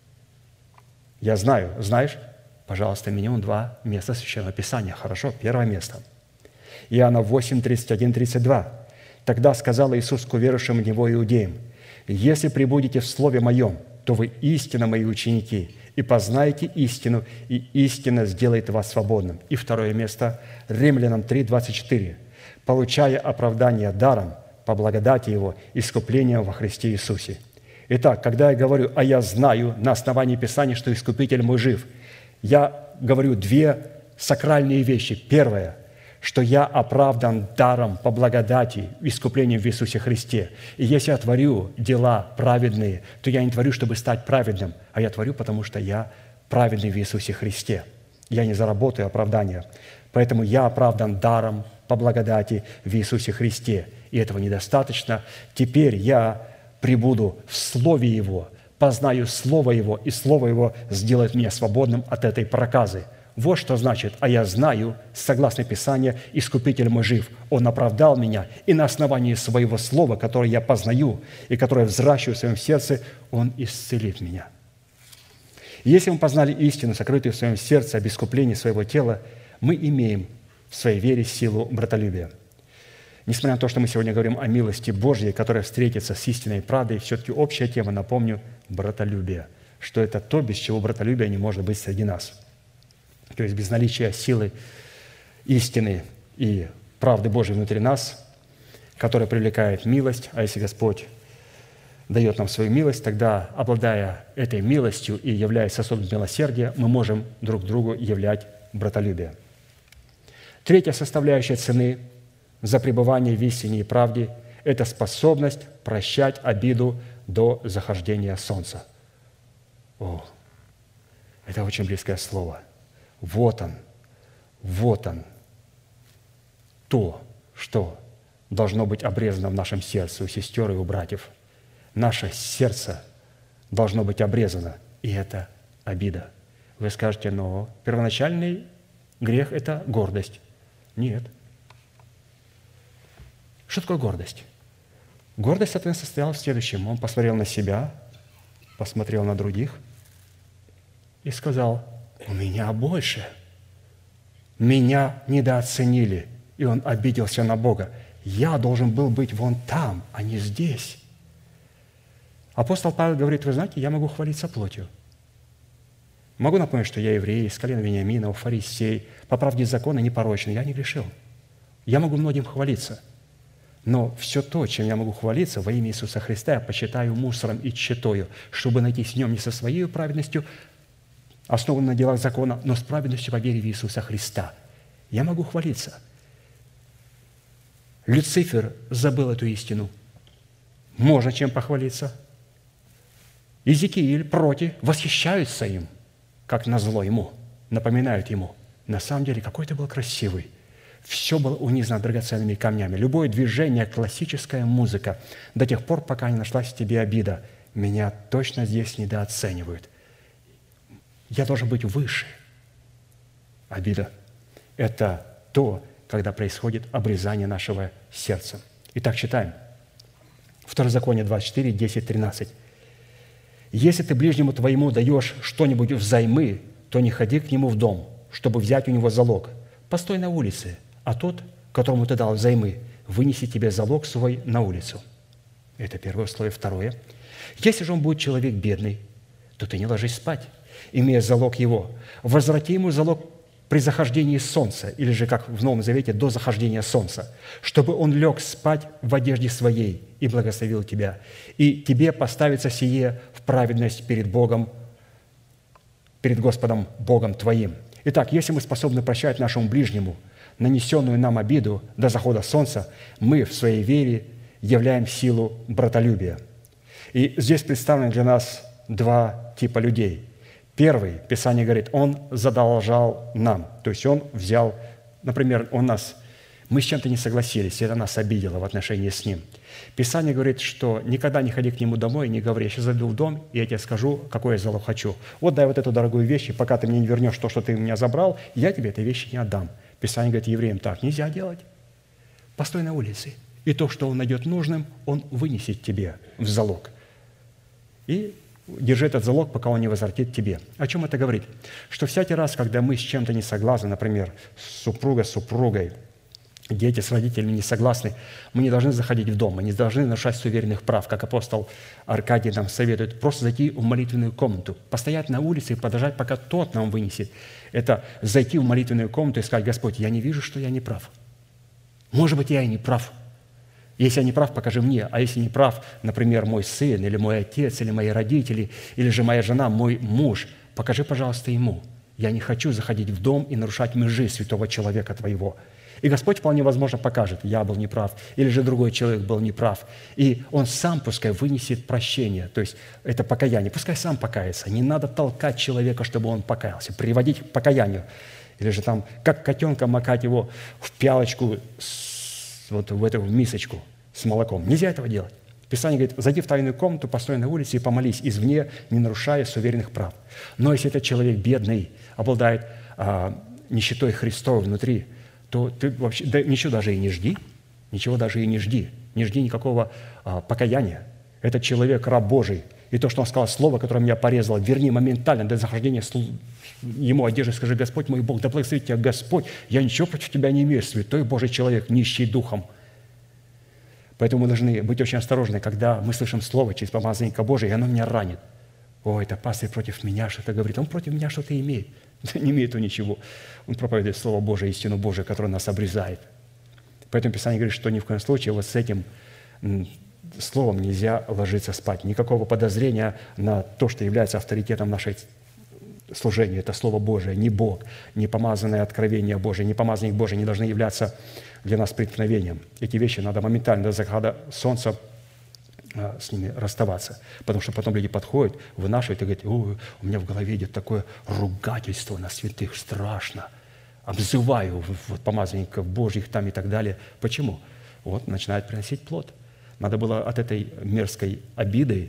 Я знаю. Знаешь? Пожалуйста, минимум два места Священного Писания. Хорошо? Первое место. Иоанна восемь, тридцать один, тридцать два. «Тогда сказал Иисус к уверовавшим в Него иудеям: если пребудете в Слове Моем, то вы истинно Мои ученики, и познаете истину, и истина сделает вас свободным». И второе место, Римлянам три, двадцать четыре. «Получая оправдание даром, по благодати Его, искуплением во Христе Иисусе». Итак, когда я говорю «а я знаю» на основании Писания, что Искупитель мой жив, я говорю две сакральные вещи. Первое, что я оправдан даром по благодати, искуплением в Иисусе Христе. И если я творю дела праведные, то я не творю, чтобы стать праведным, а я творю, потому что я праведный в Иисусе Христе. Я не заработаю оправдания. Поэтому я оправдан даром по благодати в Иисусе Христе. И этого недостаточно. Теперь я пребуду в Слове Его, познаю Слово Его, и Слово Его сделает меня свободным от этой проказы. Вот что значит «а я знаю, согласно Писанию, Искупитель мой жив». Он оправдал меня, и на основании своего Слова, которое я познаю и которое взращиваю в своем сердце, Он исцелит меня. И если мы познали истину, сокрытую в своем сердце об искуплении своего тела, мы имеем в своей вере силу братолюбия. Несмотря на то, что мы сегодня говорим о милости Божьей, которая встретится с истинной правдой, все-таки общая тема, напомню, братолюбие, что это то, без чего братолюбия не может быть среди нас. То есть без наличия силы истины и правды Божьей внутри нас, которая привлекает милость, а если Господь дает нам свою милость, тогда, обладая этой милостью и являясь сосудом милосердия, мы можем друг другу являть братолюбие. Третья составляющая цены за пребывание в истине и правде – это способность прощать обиду до захождения солнца. О, это очень близкое слово. Вот он, вот он, то, что должно быть обрезано в нашем сердце у сестер и у братьев. Наше сердце должно быть обрезано, и это обида. Вы скажете, но первоначальный грех – это гордость. Нет. Что такое гордость? Гордость, соответственно, состояла в следующем. Он посмотрел на себя, посмотрел на других и сказал: «У меня больше. Меня недооценили». И он обиделся на Бога. «Я должен был быть вон там, а не здесь». Апостол Павел говорит: вы знаете, я могу хвалиться плотью. Могу напомнить, что я еврей, из колена Вениаминова, фарисей, по правде закона непорочный, я не грешил. Я могу многим хвалиться, но все то, чем я могу хвалиться во имя Иисуса Христа, я почитаю мусором и тщетою, чтобы найтись в нем не со своей праведностью, основанной на делах закона, но с праведностью по вере в Иисуса Христа. Я могу хвалиться. Люцифер забыл эту истину. Можно чем похвалиться. Иезекииль, проти, восхищаются им, как назло ему, напоминают ему. На самом деле, какой ты был красивый. Все было унизано драгоценными камнями. Любое движение, классическая музыка, до тех пор, пока не нашлась в тебе обида. Меня точно здесь недооценивают. Я должен быть выше. Обида – это то, когда происходит обрезание нашего сердца. Итак, читаем. Второзаконие двадцать четыре, десять, тринадцать. «Если ты ближнему твоему даешь что-нибудь взаймы, то не ходи к нему в дом, чтобы взять у него залог. Постой на улице, а тот, которому ты дал взаймы, вынеси тебе залог свой на улицу». Это первое условие. Второе. «Если же он будет человек бедный, то ты не ложись спать, имея залог его. Возврати ему залог при захождении солнца, или же, как в Новом Завете, до захождения солнца, чтобы он лег спать в одежде своей и благословил тебя. И тебе поставится сие в праведность перед Богом, перед Господом Богом твоим». Итак, если мы способны прощать нашему ближнему нанесенную нам обиду до захода солнца, мы в своей вере являем силу братолюбия. И здесь представлены для нас два типа людей. Первый, Писание говорит, он задолжал нам, то есть он взял, например, он нас, мы с чем-то не согласились, и это нас обидело в отношении с ним. Писание говорит, что никогда не ходи к нему домой и не говори, я сейчас зайду в дом, и я тебе скажу, какой я залог хочу. Вот дай вот эту дорогую вещь, и пока ты мне не вернешь то, что ты у меня забрал, я тебе этой вещи не отдам. Писание говорит евреям, так нельзя делать. Постой на улице, и то, что он найдет нужным, он вынесет тебе в залог. И держи этот залог, пока он не возвратит тебе. О чем это говорит? Что всякий раз, когда мы с чем-то не согласны, например, супруга с супругой, дети с родителями не согласны, мы не должны заходить в дом, мы не должны нарушать суверенных прав, как апостол Аркадий нам советует, просто зайти в молитвенную комнату, постоять на улице и подождать, пока тот нам вынесет. Это зайти в молитвенную комнату и сказать, Господь, я не вижу, что я не прав. Может быть, я и не прав. Если я не прав, покажи мне. А если не прав, например, мой сын, или мой отец, или мои родители, или же моя жена, мой муж, покажи, пожалуйста, ему. Я не хочу заходить в дом и нарушать межи святого человека твоего. И Господь вполне возможно покажет, я был неправ, или же другой человек был неправ. И он сам пускай вынесет прощение, то есть это покаяние. Пускай сам покается. Не надо толкать человека, чтобы он покаялся, приводить к покаянию. Или же там, как котенка, макать его в пиалочку с вот в эту мисочку с молоком. Нельзя этого делать. Писание говорит, зайди в тайную комнату, постой на улице и помолись извне, не нарушая суверенных прав. Но если этот человек бедный, обладает а, нищетой Христовой внутри, то ты вообще да, ничего даже и не жди, ничего даже и не жди, не жди никакого а, покаяния. Этот человек раб Божий, и то, что он сказал, слово, которое меня порезало, верни моментально до захождения ему одежды, скажи, Господь мой Бог, да благословит тебя Господь, я ничего против тебя не имею, святой Божий человек, нищий духом. Поэтому мы должны быть очень осторожны, когда мы слышим слово через помазанника Божия, и оно меня ранит. О, это пастырь против меня что-то говорит, он против меня что-то имеет. Не имеет он ничего. Он проповедует Слово Божие, истину Божию, которая нас обрезает. Поэтому Писание говорит, что ни в коем случае вот с этим словом нельзя ложиться спать. Никакого подозрения на то, что является авторитетом нашей служения. Это Слово Божие, не Бог, не помазанное откровение Божие, не помазанник Божий не должны являться для нас преткновением. Эти вещи надо моментально до захода солнца а, с ними расставаться. Потому что потом люди подходят, вынашивают и говорят, ой, у меня в голове идет такое ругательство на святых, страшно. Обзываю вот, помазанников Божьих там и так далее. Почему? Вот начинает приносить плод. Надо было от этой мерзкой обиды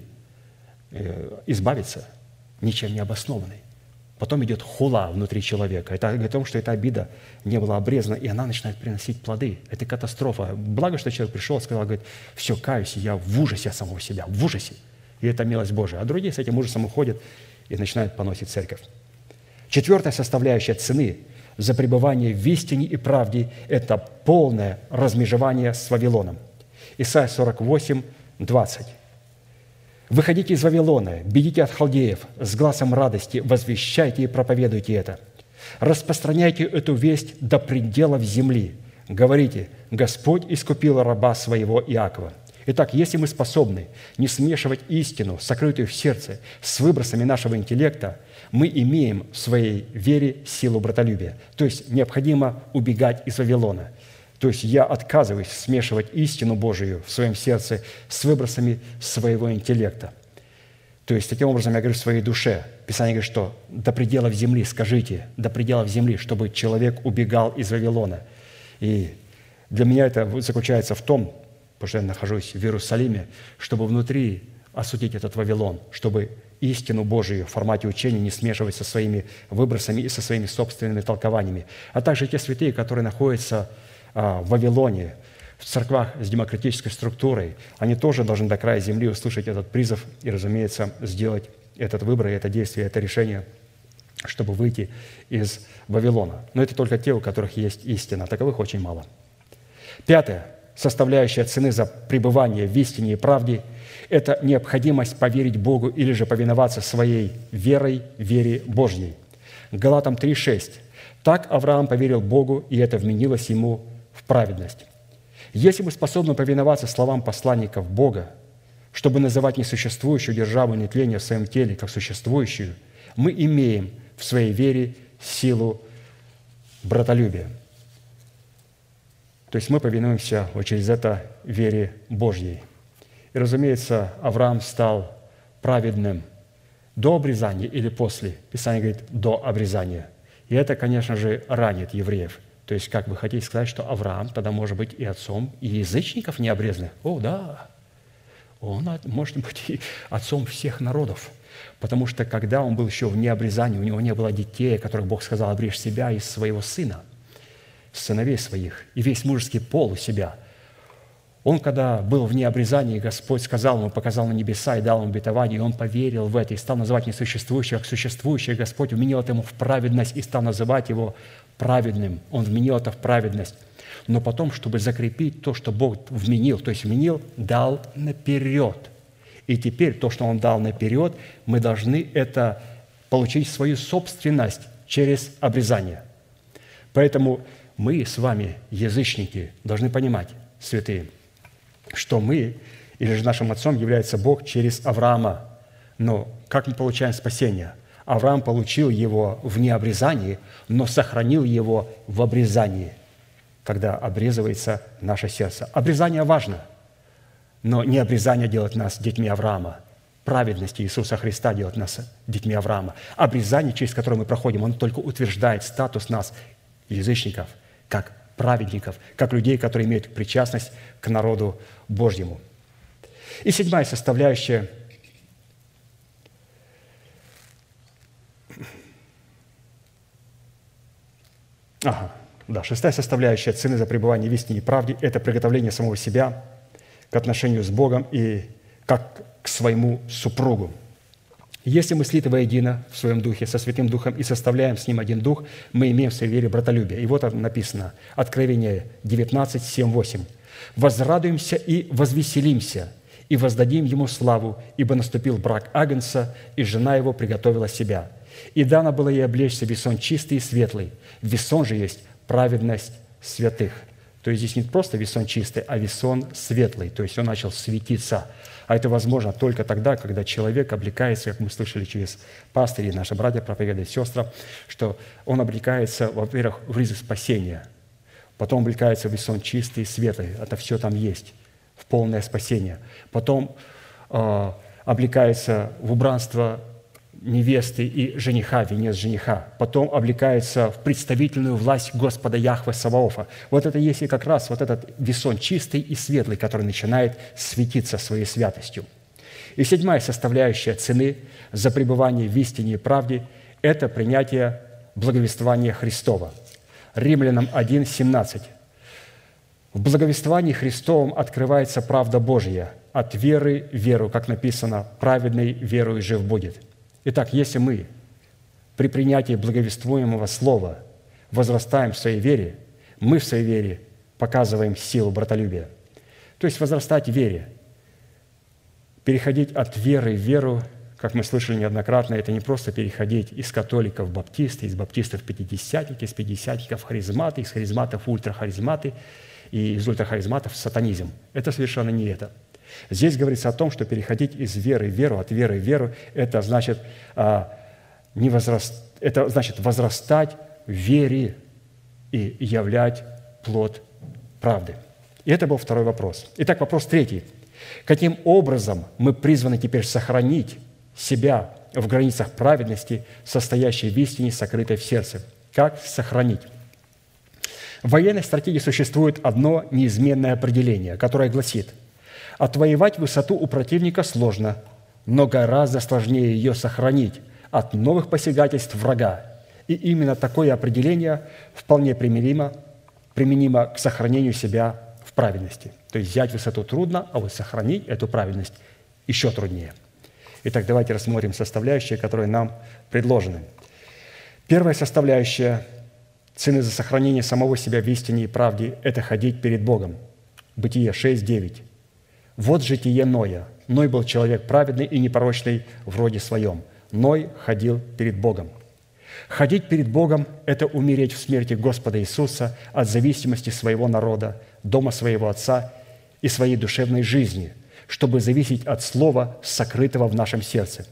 э, избавиться, ничем не обоснованной. Потом идет хула внутри человека. Это о том, что эта обида не была обрезана, и она начинает приносить плоды. Это катастрофа. Благо, что человек пришел и сказал, говорит, все, каюсь, я в ужасе от самого себя, в ужасе. И это милость Божия. А другие с этим ужасом уходят и начинают поносить церковь. Четвертая составляющая цены за пребывание в истине и правде – это полное размежевание с Вавилоном. Исайя сорок восемь, двадцать. Выходите из Вавилона, бегите от халдеев, с гласом радости возвещайте и проповедуйте это. Распространяйте эту весть до пределов земли. Говорите: Господь искупил раба своего Иакова. Итак, если мы способны не смешивать истину, сокрытую в сердце, с выбросами нашего интеллекта, мы имеем в своей вере силу братолюбия. То есть необходимо убегать из Вавилона. То есть я отказываюсь смешивать истину Божию в своем сердце с выбросами своего интеллекта. То есть таким образом я говорю в своей душе. Писание говорит, что до пределов земли, скажите, до пределов земли, чтобы человек убегал из Вавилона. И для меня это заключается в том, потому что я нахожусь в Иерусалиме, чтобы внутри осудить этот Вавилон, чтобы истину Божию в формате учения не смешивать со своими выбросами и со своими собственными толкованиями. А также те святые, которые находятся в Вавилоне, в церквах с демократической структурой, они тоже должны до края земли услышать этот призыв и, разумеется, сделать этот выбор, это действие, это решение, чтобы выйти из Вавилона. Но это только те, у которых есть истина. Таковых очень мало. Пятое. Составляющая цены за пребывание в истине и правде – это необходимость поверить Богу или же повиноваться своей верой, вере Божьей. Галатам три шесть. «Так Авраам поверил Богу, и это вменилось ему в праведность». Если мы способны повиноваться словам посланников Бога, чтобы называть несуществующую державу нетления в своем теле как существующую, мы имеем в своей вере силу братолюбия. То есть мы повинуемся вот через это вере Божьей. И, разумеется, Авраам стал праведным до обрезания или после. Писание говорит, до обрезания. И это, конечно же, ранит евреев. То есть, как вы хотите сказать, что Авраам тогда может быть и отцом, и язычников необрезанных? О, да! Он может быть и отцом всех народов. Потому что, когда он был еще в необрезании, у него не было детей, о которых Бог сказал, обрежь себя из своего сына, сыновей своих, и весь мужеский пол у себя. Он, когда был в необрезании, Господь сказал ему, показал на небеса и дал ему обетование, и он поверил в это, и стал называть несуществующее, как существующее. Господь вменил это ему в праведность и стал называть его праведным. Он вменил это в праведность. Но потом, чтобы закрепить то, что Бог вменил, то есть вменил, дал наперед. И теперь то, что Он дал наперед, мы должны это получить в свою собственность через обрезание. Поэтому мы с вами, язычники, должны понимать, святые, что мы, или же нашим отцом является Бог через Авраама. Но как мы получаем спасение? Авраам получил его в необрезании, но сохранил его в обрезании, когда обрезывается наше сердце. Обрезание важно, но не обрезание делает нас детьми Авраама. Праведность Иисуса Христа делает нас детьми Авраама. Обрезание, через которое мы проходим, оно только утверждает статус нас, язычников, как праведников, как людей, которые имеют причастность к народу Божьему. И седьмая составляющая – Ага, да, шестая составляющая цены за пребывание в истине и правде – это приготовление самого себя к отношению с Богом и как к своему супругу. Если мы слиты воедино в своем духе со Святым Духом и составляем с Ним один дух, мы имеем в своей вере братолюбие. И вот написано, Откровение девятнадцать, семь, восемь. «Возрадуемся и возвеселимся, и воздадим Ему славу, ибо наступил брак Агнца, и жена Его приготовила себя. И дано было ей облечься в весон чистый и светлый. Весон же есть праведность святых». То есть здесь не просто весон чистый, а весон светлый. То есть он начал светиться. А это возможно только тогда, когда человек облекается, как мы слышали через пастырей, наши братья проповедуют, сестры, что он облекается, во-первых, в ризы спасения, потом облекается в весон чистый и светлый. Это все там есть, в полное спасение. Потом э, облекается в убранство невесты и жениха, венец жениха. Потом облекается в представительную власть Господа Яхве Саваофа. Вот это есть и как раз вот этот весон чистый и светлый, который начинает светиться своей святостью. И седьмая составляющая цены за пребывание в истине и правде – это принятие благовествования Христова. Римлянам один, семнадцать. «В благовествовании Христовом открывается правда Божья, от веры в веру, как написано, праведный верою жив будет». Итак, если мы при принятии благовествуемого слова возрастаем в своей вере, мы в своей вере показываем силу братолюбия. То есть возрастать в вере, Переходить от веры в веру, как мы слышали неоднократно, это не просто переходить из католиков в баптисты, из баптистов в пятидесятники, из пятидесятников в харизматы, из харизматов в ультрахаризматы и из ультрахаризматов в сатанизм. Это совершенно не это. Здесь говорится о том, что переходить из веры в веру, от веры в веру, это значит, а, не возраст... это значит возрастать в вере и являть плод правды. И это был второй вопрос. Итак, вопрос третий. Каким образом мы призваны теперь сохранить себя в границах праведности, состоящей в истине, сокрытой в сердце? Как сохранить? В военной стратегии существует одно неизменное определение, которое гласит: «Отвоевать высоту у противника сложно, но гораздо сложнее ее сохранить от новых посягательств врага». И именно такое определение вполне применимо, применимо к сохранению себя в праведности. То есть взять высоту трудно, а вот сохранить эту праведность еще труднее. Итак, давайте рассмотрим составляющие, которые нам предложены. Первая составляющая цены за сохранение самого себя в истине и правде – это ходить перед Богом. Бытие шесть девять. «Вот житие Ноя. Ной был человек праведный и непорочный в роде своем. Ной ходил перед Богом». Ходить перед Богом – это умереть в смерти Господа Иисуса от зависимости своего народа, дома своего Отца и своей душевной жизни, чтобы зависеть от слова, сокрытого в нашем сердце.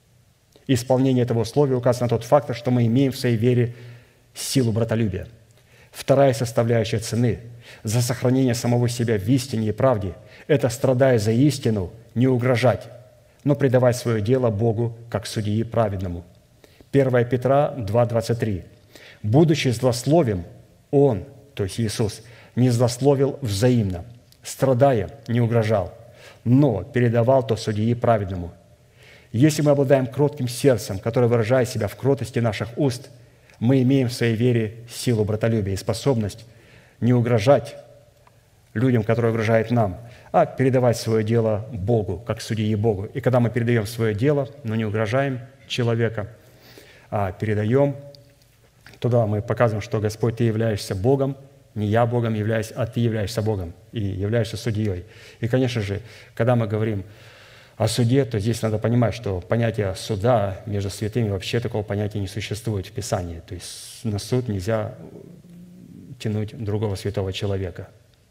И исполнение этого условия указано на тот фактор, что мы имеем в своей вере силу братолюбия. Вторая составляющая цены за сохранение самого себя в истине и правде – это, страдая за истину, не угрожать, но предавать свое дело Богу как судьи праведному. первое Петра два двадцать три. «Будучи злословим, Он, то есть Иисус, не злословил взаимно, страдая, не угрожал, но передавал то судьи праведному». Если мы обладаем кротким сердцем, которое выражает себя в кротости наших уст, мы имеем в своей вере силу братолюбия и способность не угрожать людям, которые угрожают нам, а передавать свое дело Богу, как судьи Богу. И когда мы передаем свое дело, но не угрожаем человека, а передаем, туда мы показываем, что Господь, Ты являешься Богом, не я Богом являюсь, а Ты являешься Богом и являешься судьей. И, конечно же, когда мы говорим о суде, то здесь надо понимать, что понятие суда между святыми, вообще такого понятия не существует в Писании. То есть на суд нельзя тянуть другого святого человека.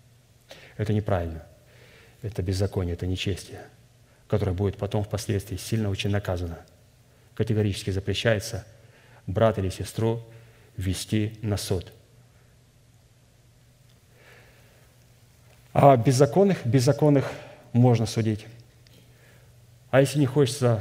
Это неправильно. Это беззаконие, это нечестие, которое будет потом впоследствии сильно очень наказано. Категорически запрещается брата или сестру вести на суд. А беззаконных, беззаконных можно судить. А если не хочется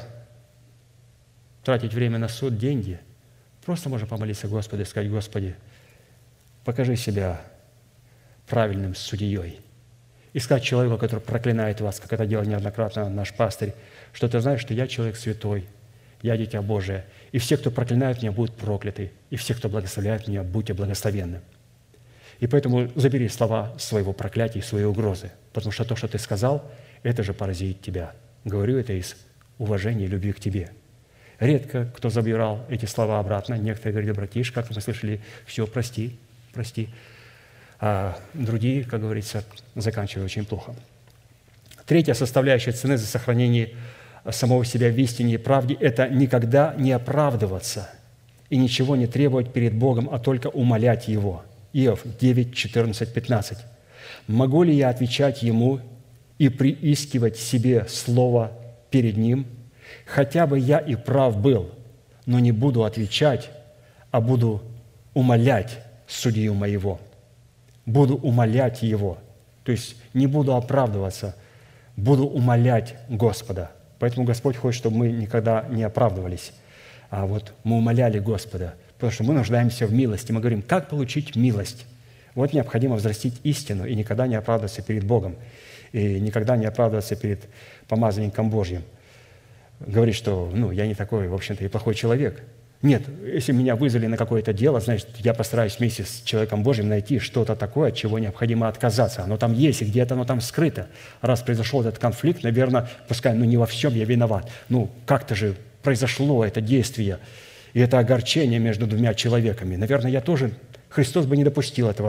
тратить время на суд, деньги, просто можно помолиться Господу и сказать: Господи, покажи себя правильным судьей. И сказать человеку, который проклинает вас, как это делал неоднократно наш пастырь, что ты знаешь, что я человек святой, я дитя Божие, и все, кто проклинает меня, будут прокляты, и все, кто благословляет меня, будьте благословенны. И поэтому забери слова своего проклятия и своей угрозы, потому что то, что ты сказал, это же поразит тебя. Говорю это из уважения и любви к тебе. Редко кто забирал эти слова обратно. Некоторые говорили: братишка, как мы слышали, все, прости, прости. А другие, как говорится, заканчивают очень плохо. Третья составляющая цены за сохранение самого себя в истине и правде – это никогда не оправдываться и ничего не требовать перед Богом, а только умолять Его. Иов девять, четырнадцать, пятнадцать. «Могу ли я отвечать Ему и приискивать себе слово перед Ним? Хотя бы я и прав был, но не буду отвечать, а буду умолять судью моего». Буду умолять Его. То есть не буду оправдываться, буду умолять Господа. Поэтому Господь хочет, чтобы мы никогда не оправдывались, а вот мы умоляли Господа, потому что мы нуждаемся в милости. Мы говорим: как получить милость? Вот необходимо взрастить истину и никогда не оправдываться перед Богом, и никогда не оправдываться перед помазанником Божьим. Говорит, что ну, я не такой, в общем-то, и плохой человек. Нет, если меня вызвали на какое-то дело, значит, я постараюсь вместе с человеком Божьим найти что-то такое, от чего необходимо отказаться. Оно там есть, и где-то оно там скрыто. Раз произошел этот конфликт, наверное, пускай, ну не во всем я виноват. Ну, как-то же произошло это действие, и это огорчение между двумя человеками. Наверное, я тоже, Христос бы не допустил этого.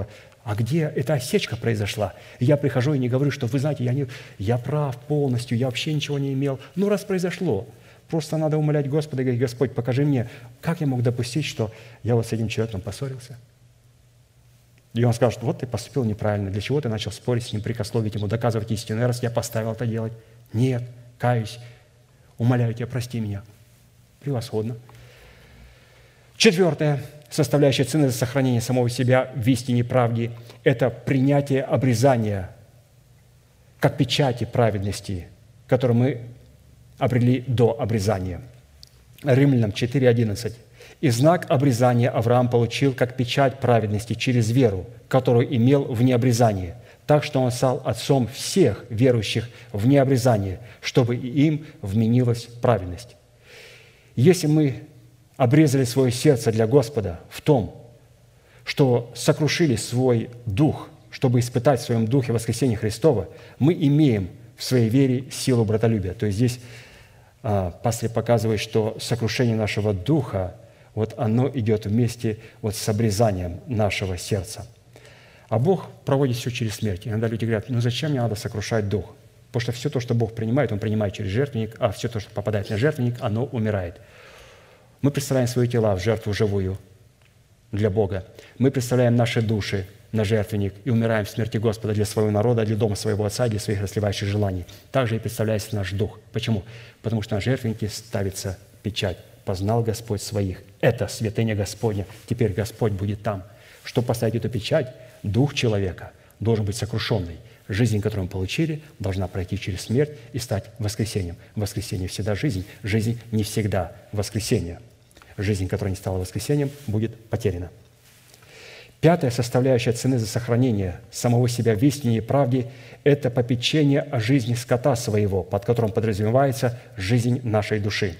А где эта осечка произошла? И я прихожу и не говорю, что вы знаете, я, не, я прав полностью, я вообще ничего не имел. Ну, раз произошло, просто надо умолять Господа и говорить: Господь, покажи мне, как я мог допустить, что я вот с этим человеком поссорился. И он скажет: вот ты поступил неправильно, для чего ты начал спорить с ним, прикословить ему, доказывать истину, раз я поставил это делать. Нет, каюсь, умоляю тебя, прости меня. Превосходно. Четвертое. Составляющая цены за сохранение самого себя в истине и правде – это принятие обрезания как печати праведности, которую мы обрели до обрезания. Римлянам четыре одиннадцать. «И знак обрезания Авраам получил как печать праведности через веру, которую имел в необрезании, так что он стал отцом всех верующих в необрезании, чтобы и им вменилась праведность». Если мы обрезали свое сердце для Господа в том, что сокрушили свой дух, чтобы испытать в своем духе воскресение Христова, мы имеем в своей вере силу братолюбия. То есть здесь а, пастырь показывает, что сокрушение нашего духа, вот оно идет вместе вот с обрезанием нашего сердца. А Бог проводит все через смерть. Иногда люди говорят: ну зачем мне надо сокрушать дух? Потому что все то, что Бог принимает, Он принимает через жертвенник, а все то, что попадает на жертвенник, оно умирает. Мы представляем свои тела в жертву живую для Бога. Мы представляем наши души на жертвенник и умираем в смерти Господа для своего народа, для дома своего Отца, для своих расливающих желаний. Также и представляется наш дух. Почему? Потому что на жертвеннике ставится печать. «Познал Господь своих». Это святыня Господня. Теперь Господь будет там. Чтобы поставить эту печать, дух человека должен быть сокрушенный. Жизнь, которую мы получили, должна пройти через смерть и стать воскресением. Воскресение всегда жизнь. Жизнь не всегда воскресение. Жизнь, которая не стала воскресением, будет потеряна. Пятая составляющая цены за сохранение самого себя в истине и правде – это попечение о жизни скота своего, под которым подразумевается жизнь нашей души.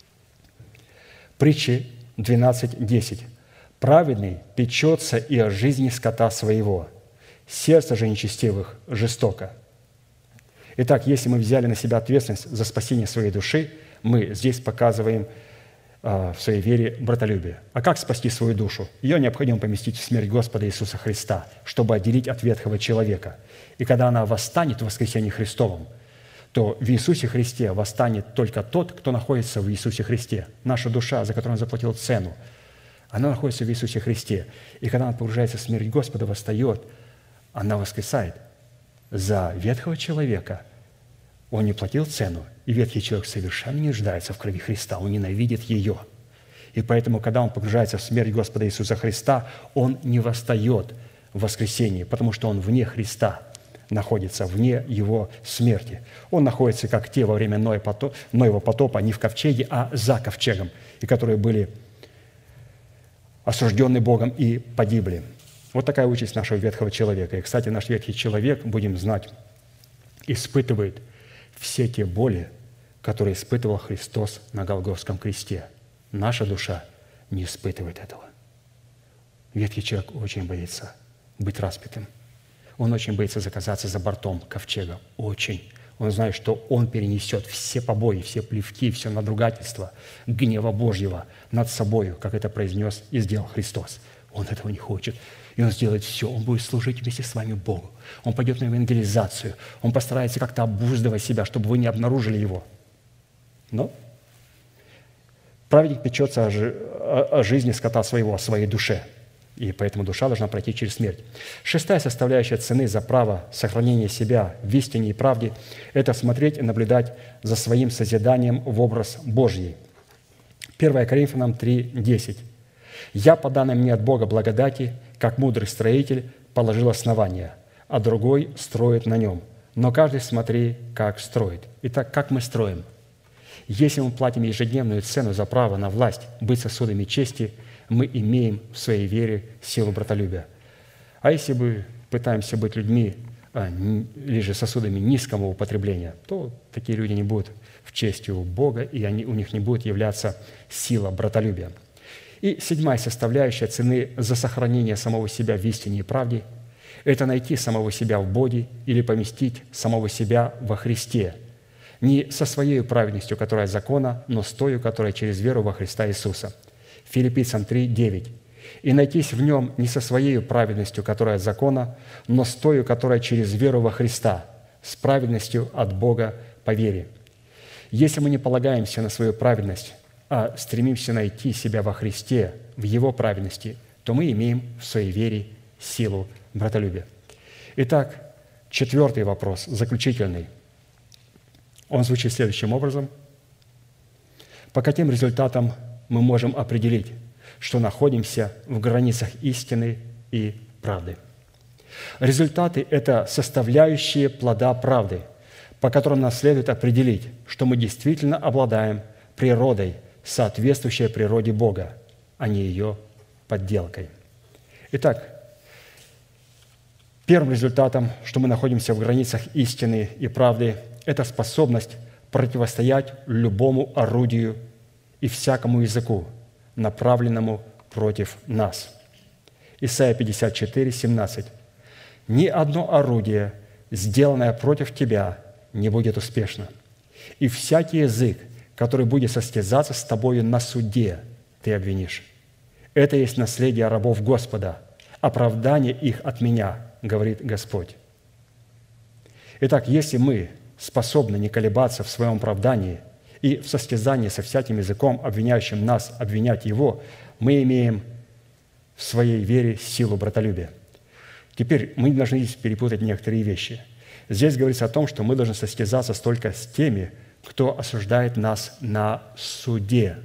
Притчи двенадцать десять. «Праведный печется и о жизни скота своего, сердце же нечестивых жестоко». Итак, если мы взяли на себя ответственность за спасение своей души, мы здесь показываем а, в своей вере братолюбие. А как спасти свою душу? Ее необходимо поместить в смерть Господа Иисуса Христа, чтобы отделить от ветхого человека. И когда она восстанет в воскресении Христовом, то в Иисусе Христе восстанет только тот, кто находится в Иисусе Христе. Наша душа, за которую Он заплатил цену, она находится в Иисусе Христе. И когда она погружается в смерть Господа, восстает, она воскресает. За ветхого человека он не платил цену, и ветхий человек совершенно не нуждается в крови Христа, он ненавидит ее. И поэтому, когда он погружается в смерть Господа Иисуса Христа, он не восстает в воскресении, потому что он вне Христа находится, вне его смерти. Он находится, как те во время Ноева потопа, не в ковчеге, а за ковчегом, и которые были осуждены Богом и погибли. Вот такая участь нашего ветхого человека. И, кстати, наш ветхий человек, будем знать, испытывает все те боли, которые испытывал Христос на Голгофском кресте. Наша душа не испытывает этого. Ветхий человек очень боится быть распятым. Он очень боится оказаться за бортом ковчега. Очень. Он знает, что он перенесет все побои, все плевки, все надругательство гнева Божьего над собою, как это произнес и сделал Христос. Он этого не хочет. И он сделает все. Он будет служить вместе с вами Богу. Он пойдет на евангелизацию. Он постарается как-то обуздывать себя, чтобы вы не обнаружили его. Но праведник печется о, жи- о жизни скота своего, о своей душе. И поэтому душа должна пройти через смерть. Шестая составляющая цены за право сохранения себя в истине и правде – это смотреть и наблюдать за своим созиданием в образ Божий. первое Коринфянам три десять. «Я, по данной мне от Бога благодати, как мудрый строитель, положил основание, а другой строит на нем. Но каждый смотри, как строит». Итак, как мы строим? Если мы платим ежедневную цену за право на власть быть сосудами чести, мы имеем в своей вере силу братолюбия. А если мы пытаемся быть людьми, а, или же сосудами низкого употребления, то такие люди не будут в чести у Бога, и они, у них не будет являться сила братолюбия. И седьмая составляющая цены за сохранение самого себя в истине и правде – это найти самого себя в Боге или поместить самого себя во Христе, не со своей праведностью, которая от закона, но с той, которая через веру во Христа Иисуса. Филиппийцам три девять. и найтись в нем не со своей праведностью, которая от закона, но с тою, которая через веру во Христа, с праведностью от Бога по вере. Если мы не полагаемся на свою праведность, а стремимся найти себя во Христе, в Его праведности, то мы имеем в своей вере силу братолюбия. Итак, четвертый вопрос, заключительный. Он звучит следующим образом. По каким результатам мы можем определить, что находимся в границах истины и правды? Результаты – это составляющие плода правды, по которым нам следует определить, что мы действительно обладаем природой, соответствующей природе Бога, а не ее подделкой. Итак, первым результатом, что мы находимся в границах истины и правды, это способность противостоять любому орудию и всякому языку, направленному против нас. Исайя пятьдесят четыре, семнадцать. «Ни одно орудие, сделанное против тебя, не будет успешно, и всякий язык, который будет состязаться с тобою на суде, ты обвинишь. Это есть наследие рабов Господа, оправдание их от меня, говорит Господь». Итак, если мы способны не колебаться в своем оправдании и в состязании со всяким языком, обвиняющим нас, обвинять его, мы имеем в своей вере силу братолюбия. Теперь мы не должны здесь перепутать некоторые вещи. Здесь говорится о том, что мы должны состязаться только с теми, кто осуждает нас на суде.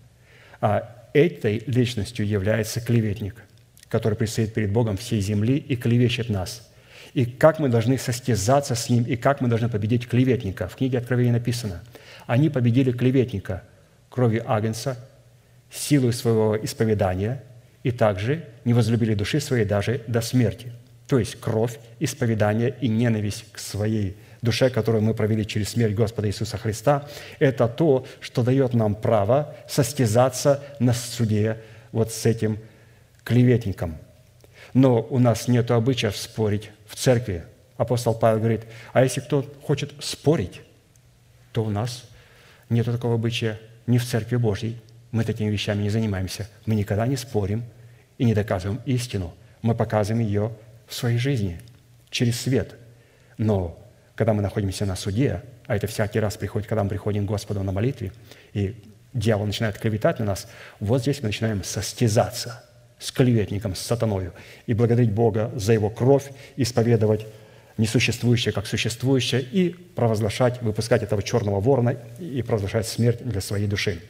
А этой личностью является клеветник, который предстоит перед Богом всей земли и клевещет нас. И как мы должны состязаться с ним, и как мы должны победить клеветника. В книге Откровения написано: они победили клеветника кровью агнца, силой своего исповедания, и также не возлюбили души своей даже до смерти. То есть кровь, исповедание и ненависть к своей душе, которую мы провели через смерть Господа Иисуса Христа, это то, что дает нам право состязаться на суде вот с этим клеветником. Но у нас нет обычая спорить в церкви. Апостол Павел говорит: а если кто хочет спорить, то у нас нет такого обычая ни в Церкви Божьей. Мы такими вещами не занимаемся. Мы никогда не спорим и не доказываем истину. Мы показываем ее в своей жизни через свет. Но когда мы находимся на суде, а это всякий раз приходит, когда мы приходим к Господу на молитве, и дьявол начинает клеветать на нас, вот здесь мы начинаем состязаться с клеветником, с сатаною, и благодарить Бога за Его кровь, исповедовать несуществующее как существующее и провозглашать, выпускать этого черного ворона и провозглашать смерть для своей души.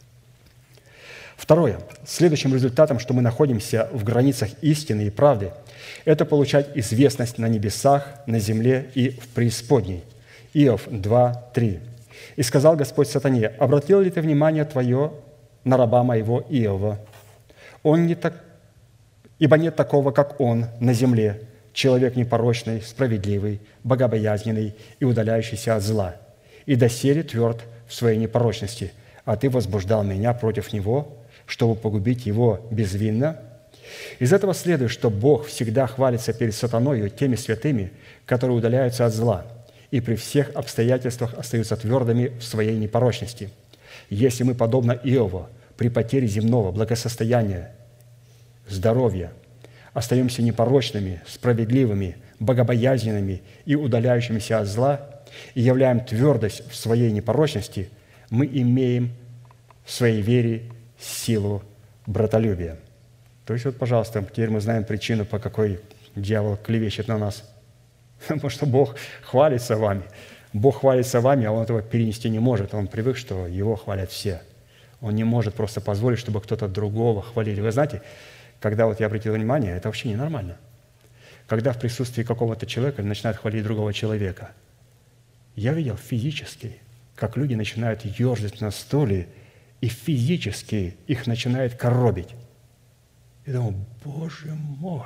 Второе. Следующим результатом, что мы находимся в границах истины и правды, это получать известность на небесах, на земле и в преисподней. Иов два, три. «И сказал Господь сатане: обратил ли ты внимание твое на раба моего Иова? Он не так, ибо нет такого, как он на земле, человек непорочный, справедливый, богобоязненный и удаляющийся от зла, и доселе тверд в своей непорочности, а ты возбуждал меня против него, чтобы погубить его безвинно». Из этого следует, что Бог всегда хвалится перед сатаною теми святыми, которые удаляются от зла, и при всех обстоятельствах остаются твердыми в своей непорочности. Если мы, подобно Иову, при потере земного благосостояния, здоровья, остаемся непорочными, справедливыми, богобоязненными и удаляющимися от зла, и являем твердость в своей непорочности, мы имеем в своей вере силу братолюбия. То есть вот, пожалуйста, теперь мы знаем причину, по какой дьявол клевещет на нас. Потому что Бог хвалится вами. Бог хвалится вами, а Он этого перенести не может. Он привык, что Его хвалят все. Он не может просто позволить, чтобы кто-то другого хвалили. Вы знаете, когда вот я обратил внимание, это вообще ненормально. Когда в присутствии какого-то человека начинают хвалить другого человека. Я видел физически, как люди начинают ерзать на стуле, и физически их начинает коробить. И думаю: Боже мой!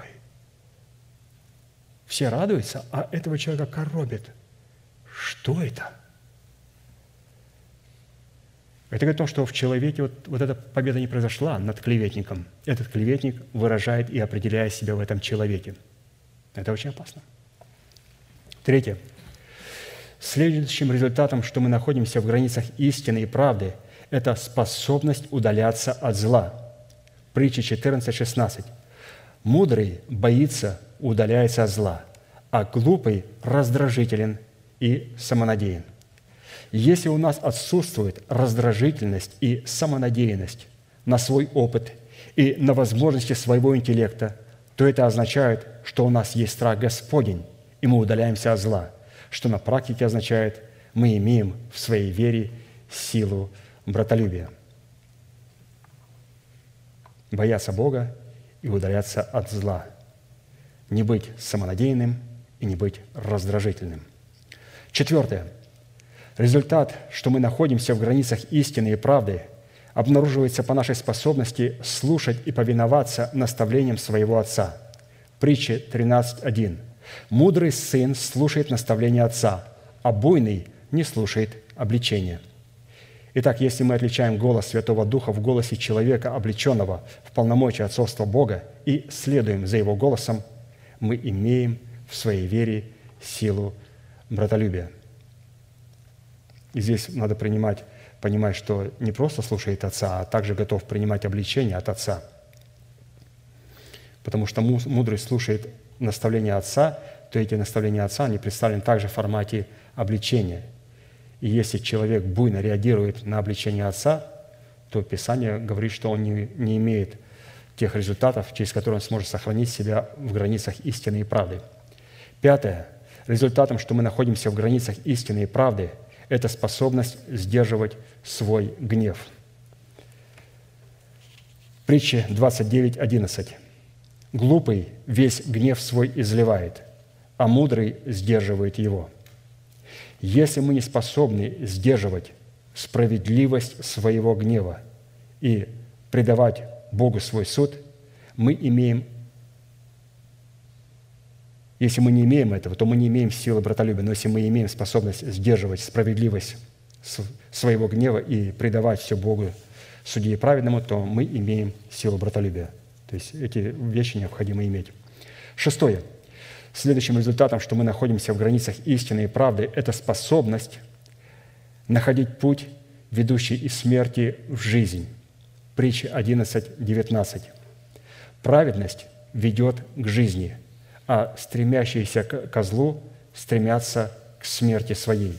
Все радуются, а этого человека коробит. Что это? Это говорит о том, что в человеке вот, вот эта победа не произошла над клеветником. Этот клеветник выражает и определяет себя в этом человеке. Это очень опасно. Третье. Следующим результатом, что мы находимся в границах истины и правды, это способность удаляться от зла, Притча четырнадцать шестнадцать. «Мудрый боится, удаляется от зла, а глупый раздражителен и самонадеян». Если у нас отсутствует раздражительность и самонадеянность на свой опыт и на возможности своего интеллекта, то это означает, что у нас есть страх Господень, и мы удаляемся от зла, что на практике означает, мы имеем в своей вере силу братолюбия. Бояться Бога и удаляться от зла. Не быть самонадеянным и не быть раздражительным. Четвертое. Результат, что мы находимся в границах истины и правды, обнаруживается по нашей способности слушать и повиноваться наставлениям своего отца. Притча тринадцать один. «Мудрый сын слушает наставления отца, а буйный не слушает обличения». Итак, если мы отличаем голос Святого Духа в голосе человека, облеченного в полномочия отцовства Бога, и следуем за Его голосом, мы имеем в своей вере силу братолюбия. И здесь надо принимать, понимать, что не просто слушает Отца, а также готов принимать обличение от Отца. Потому что мудрый слушает наставления Отца, то эти наставления Отца, они представлены также в формате обличения. И если человек буйно реагирует на обличение Отца, то Писание говорит, что он не, не имеет тех результатов, через которые он сможет сохранить себя в границах истины и правды. Пятое. Результатом, что мы находимся в границах истины и правды, это способность сдерживать свой гнев. Притча двадцать девять одиннадцать. «Глупый весь гнев свой изливает, а мудрый сдерживает его». Если мы не способны сдерживать справедливость своего гнева и предавать Богу свой суд, мы имеем, если мы не имеем этого, то мы не имеем силы братолюбия, но если мы имеем способность сдерживать справедливость своего гнева и предавать все Богу, судье праведному, то мы имеем силу братолюбия. То есть эти вещи необходимо иметь. Шестое. Следующим результатом, что мы находимся в границах истины и правды, это способность находить путь, ведущий из смерти в жизнь. Притча одиннадцать девятнадцать. «Праведность ведет к жизни, а стремящиеся к козлу стремятся к смерти своей».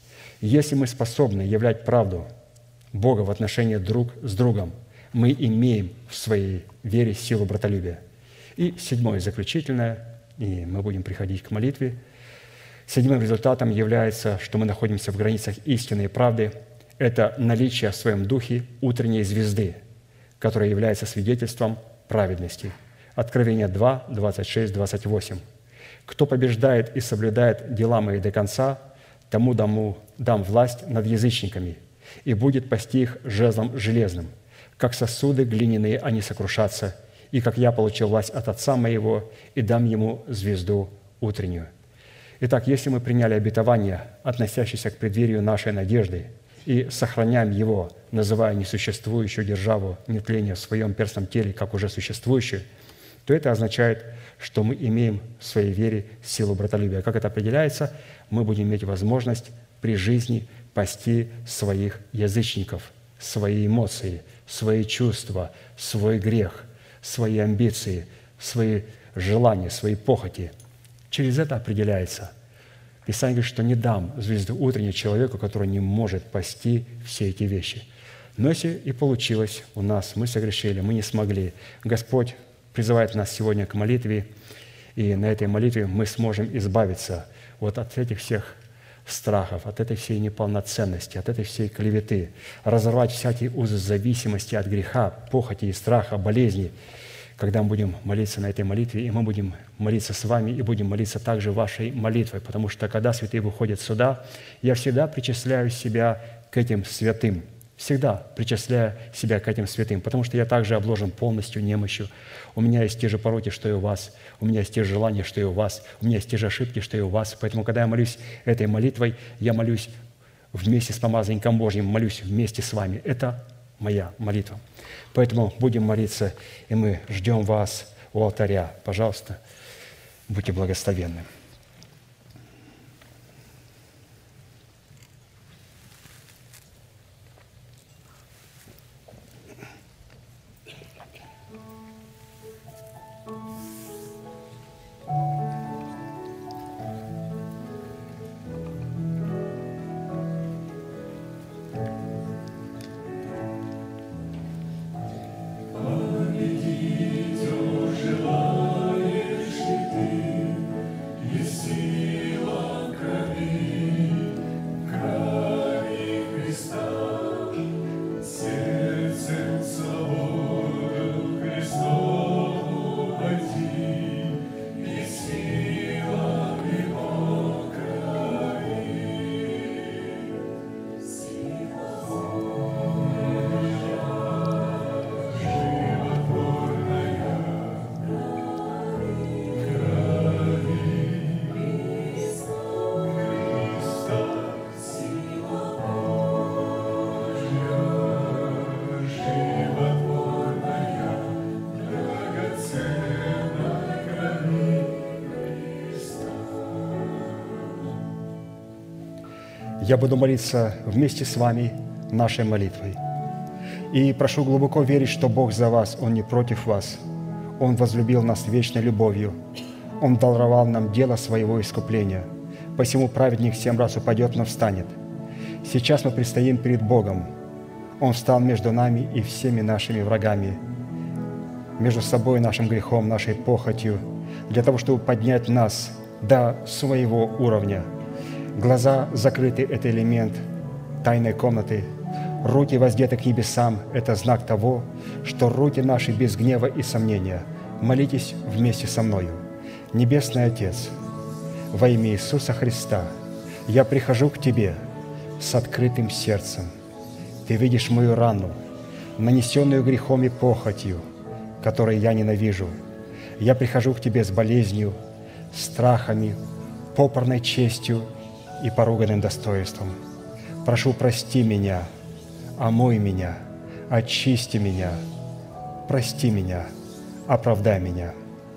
Если мы способны являть правду Бога в отношении друг с другом, мы имеем в своей вере силу братолюбия. И седьмое, заключительное, и мы будем приходить к молитве. Седьмым результатом является, что мы находимся в границах истины и правды. Это наличие в своем духе утренней звезды, которая является свидетельством праведности. Откровение два, двадцать шесть, двадцать восемь. «Кто побеждает и соблюдает дела мои до конца, тому даму, дам власть над язычниками, и будет пасти их жезлом железным. Как сосуды глиняные они сокрушатся, и как я получил власть от Отца моего, и дам ему звезду утреннюю». Итак, если мы приняли обетование, относящееся к преддверию нашей надежды, и сохраняем его, называя несуществующую державу нетления в своем перстном теле, как уже существующую, то это означает, что мы имеем в своей вере силу братолюбия. Как это определяется? Мы будем иметь возможность при жизни пасти своих язычников, свои эмоции, свои чувства, свой грех, свои амбиции, свои желания, свои похоти. Через это определяется. Писание говорит, что не дам звезду утренней человеку, который не может пасти все эти вещи. Но если и получилось у нас, мы согрешили, мы не смогли, Господь призывает нас сегодня к молитве, и на этой молитве мы сможем избавиться вот от этих всех страхов, от этой всей неполноценности, от этой всей клеветы, разорвать всякие узы зависимости от греха, похоти и страха, болезней, когда мы будем молиться на этой молитве, и мы будем молиться с вами, и будем молиться также вашей молитвой, потому что, когда святые выходят сюда, я всегда причисляю себя к этим святым, всегда причисляю себя к этим святым, потому что я также обложен полностью немощью. У меня есть те же пороки, что и у вас, у меня есть те же желания, что и у вас, у меня есть те же ошибки, что и у вас. Поэтому, когда я молюсь этой молитвой, я молюсь вместе с помазанником Божьим, молюсь вместе с вами. Это моя молитва. Поэтому будем молиться, и мы ждем вас у алтаря. Пожалуйста, будьте благословенны. я буду молиться вместе с вами нашей молитвой. И прошу глубоко верить, что Бог за вас, Он не против вас. Он возлюбил нас вечной любовью. Он даровал нам дело своего искупления. Посему праведник семь раз упадет, но встанет. Сейчас мы предстоим перед Богом. Он встал между нами и всеми нашими врагами, между собой, нашим грехом, нашей похотью, для того, чтобы поднять нас до своего уровня. Глаза закрыты – это элемент тайной комнаты. Руки воздеты к небесам – это знак того, что руки наши без гнева и сомнения. Молитесь вместе со мною. Небесный Отец, во имя Иисуса Христа, я прихожу к Тебе с открытым сердцем. Ты видишь мою рану, нанесенную грехом и похотью, которой я ненавижу. Я прихожу к Тебе с болезнью, страхами, попорной честью и поруганным достоинством. Прошу, прости меня, омой меня, очисти меня, прости меня, оправдай меня.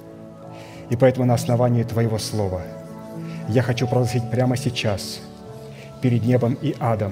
И поэтому на основании Твоего Слова я хочу провозгласить прямо сейчас перед небом и адом,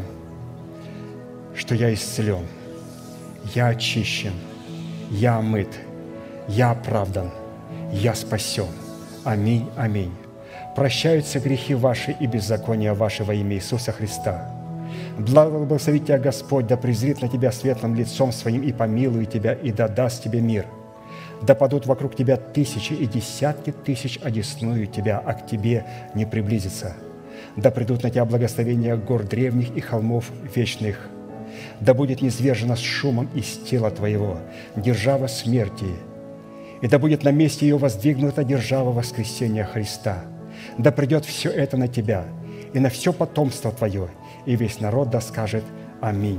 что я исцелен, я очищен, я омыт, я оправдан, я спасен. Аминь, аминь. Прощаются грехи ваши и беззакония ваши во имя Иисуса Христа. Благословит тебя Господь, да презрит на тебя светлым лицом своим и помилует тебя, и да даст тебе мир. Да падут вокруг тебя тысячи и десятки тысяч, одесную тебя, а к тебе не приблизится. Да придут на тебя благословения гор древних и холмов вечных. Да будет низвержена с шумом из тела твоего держава смерти, и да будет на месте ее воздвигнута держава воскресения Христа. Да придет все это на тебя и на все потомство твое, и весь народ да скажет Аминь.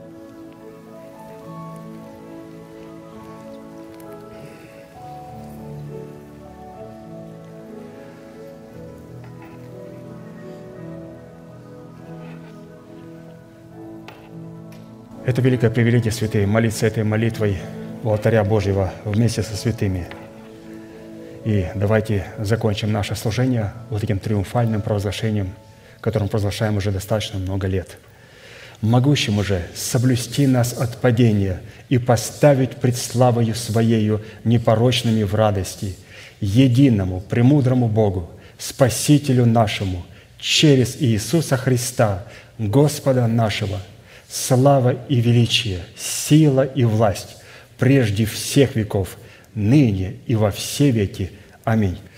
Это великое привилегие, святые, молиться этой молитвой у алтаря Божьего вместе со святыми. И давайте закончим наше служение вот этим триумфальным провозглашением, которым провозглашаем уже достаточно много лет. «Могущему же соблюсти нас от падения и поставить пред славою Своею непорочными в радости, единому, премудрому Богу, Спасителю нашему, через Иисуса Христа, Господа нашего, слава и величие, сила и власть прежде всех веков, ныне и во все веки. Аминь».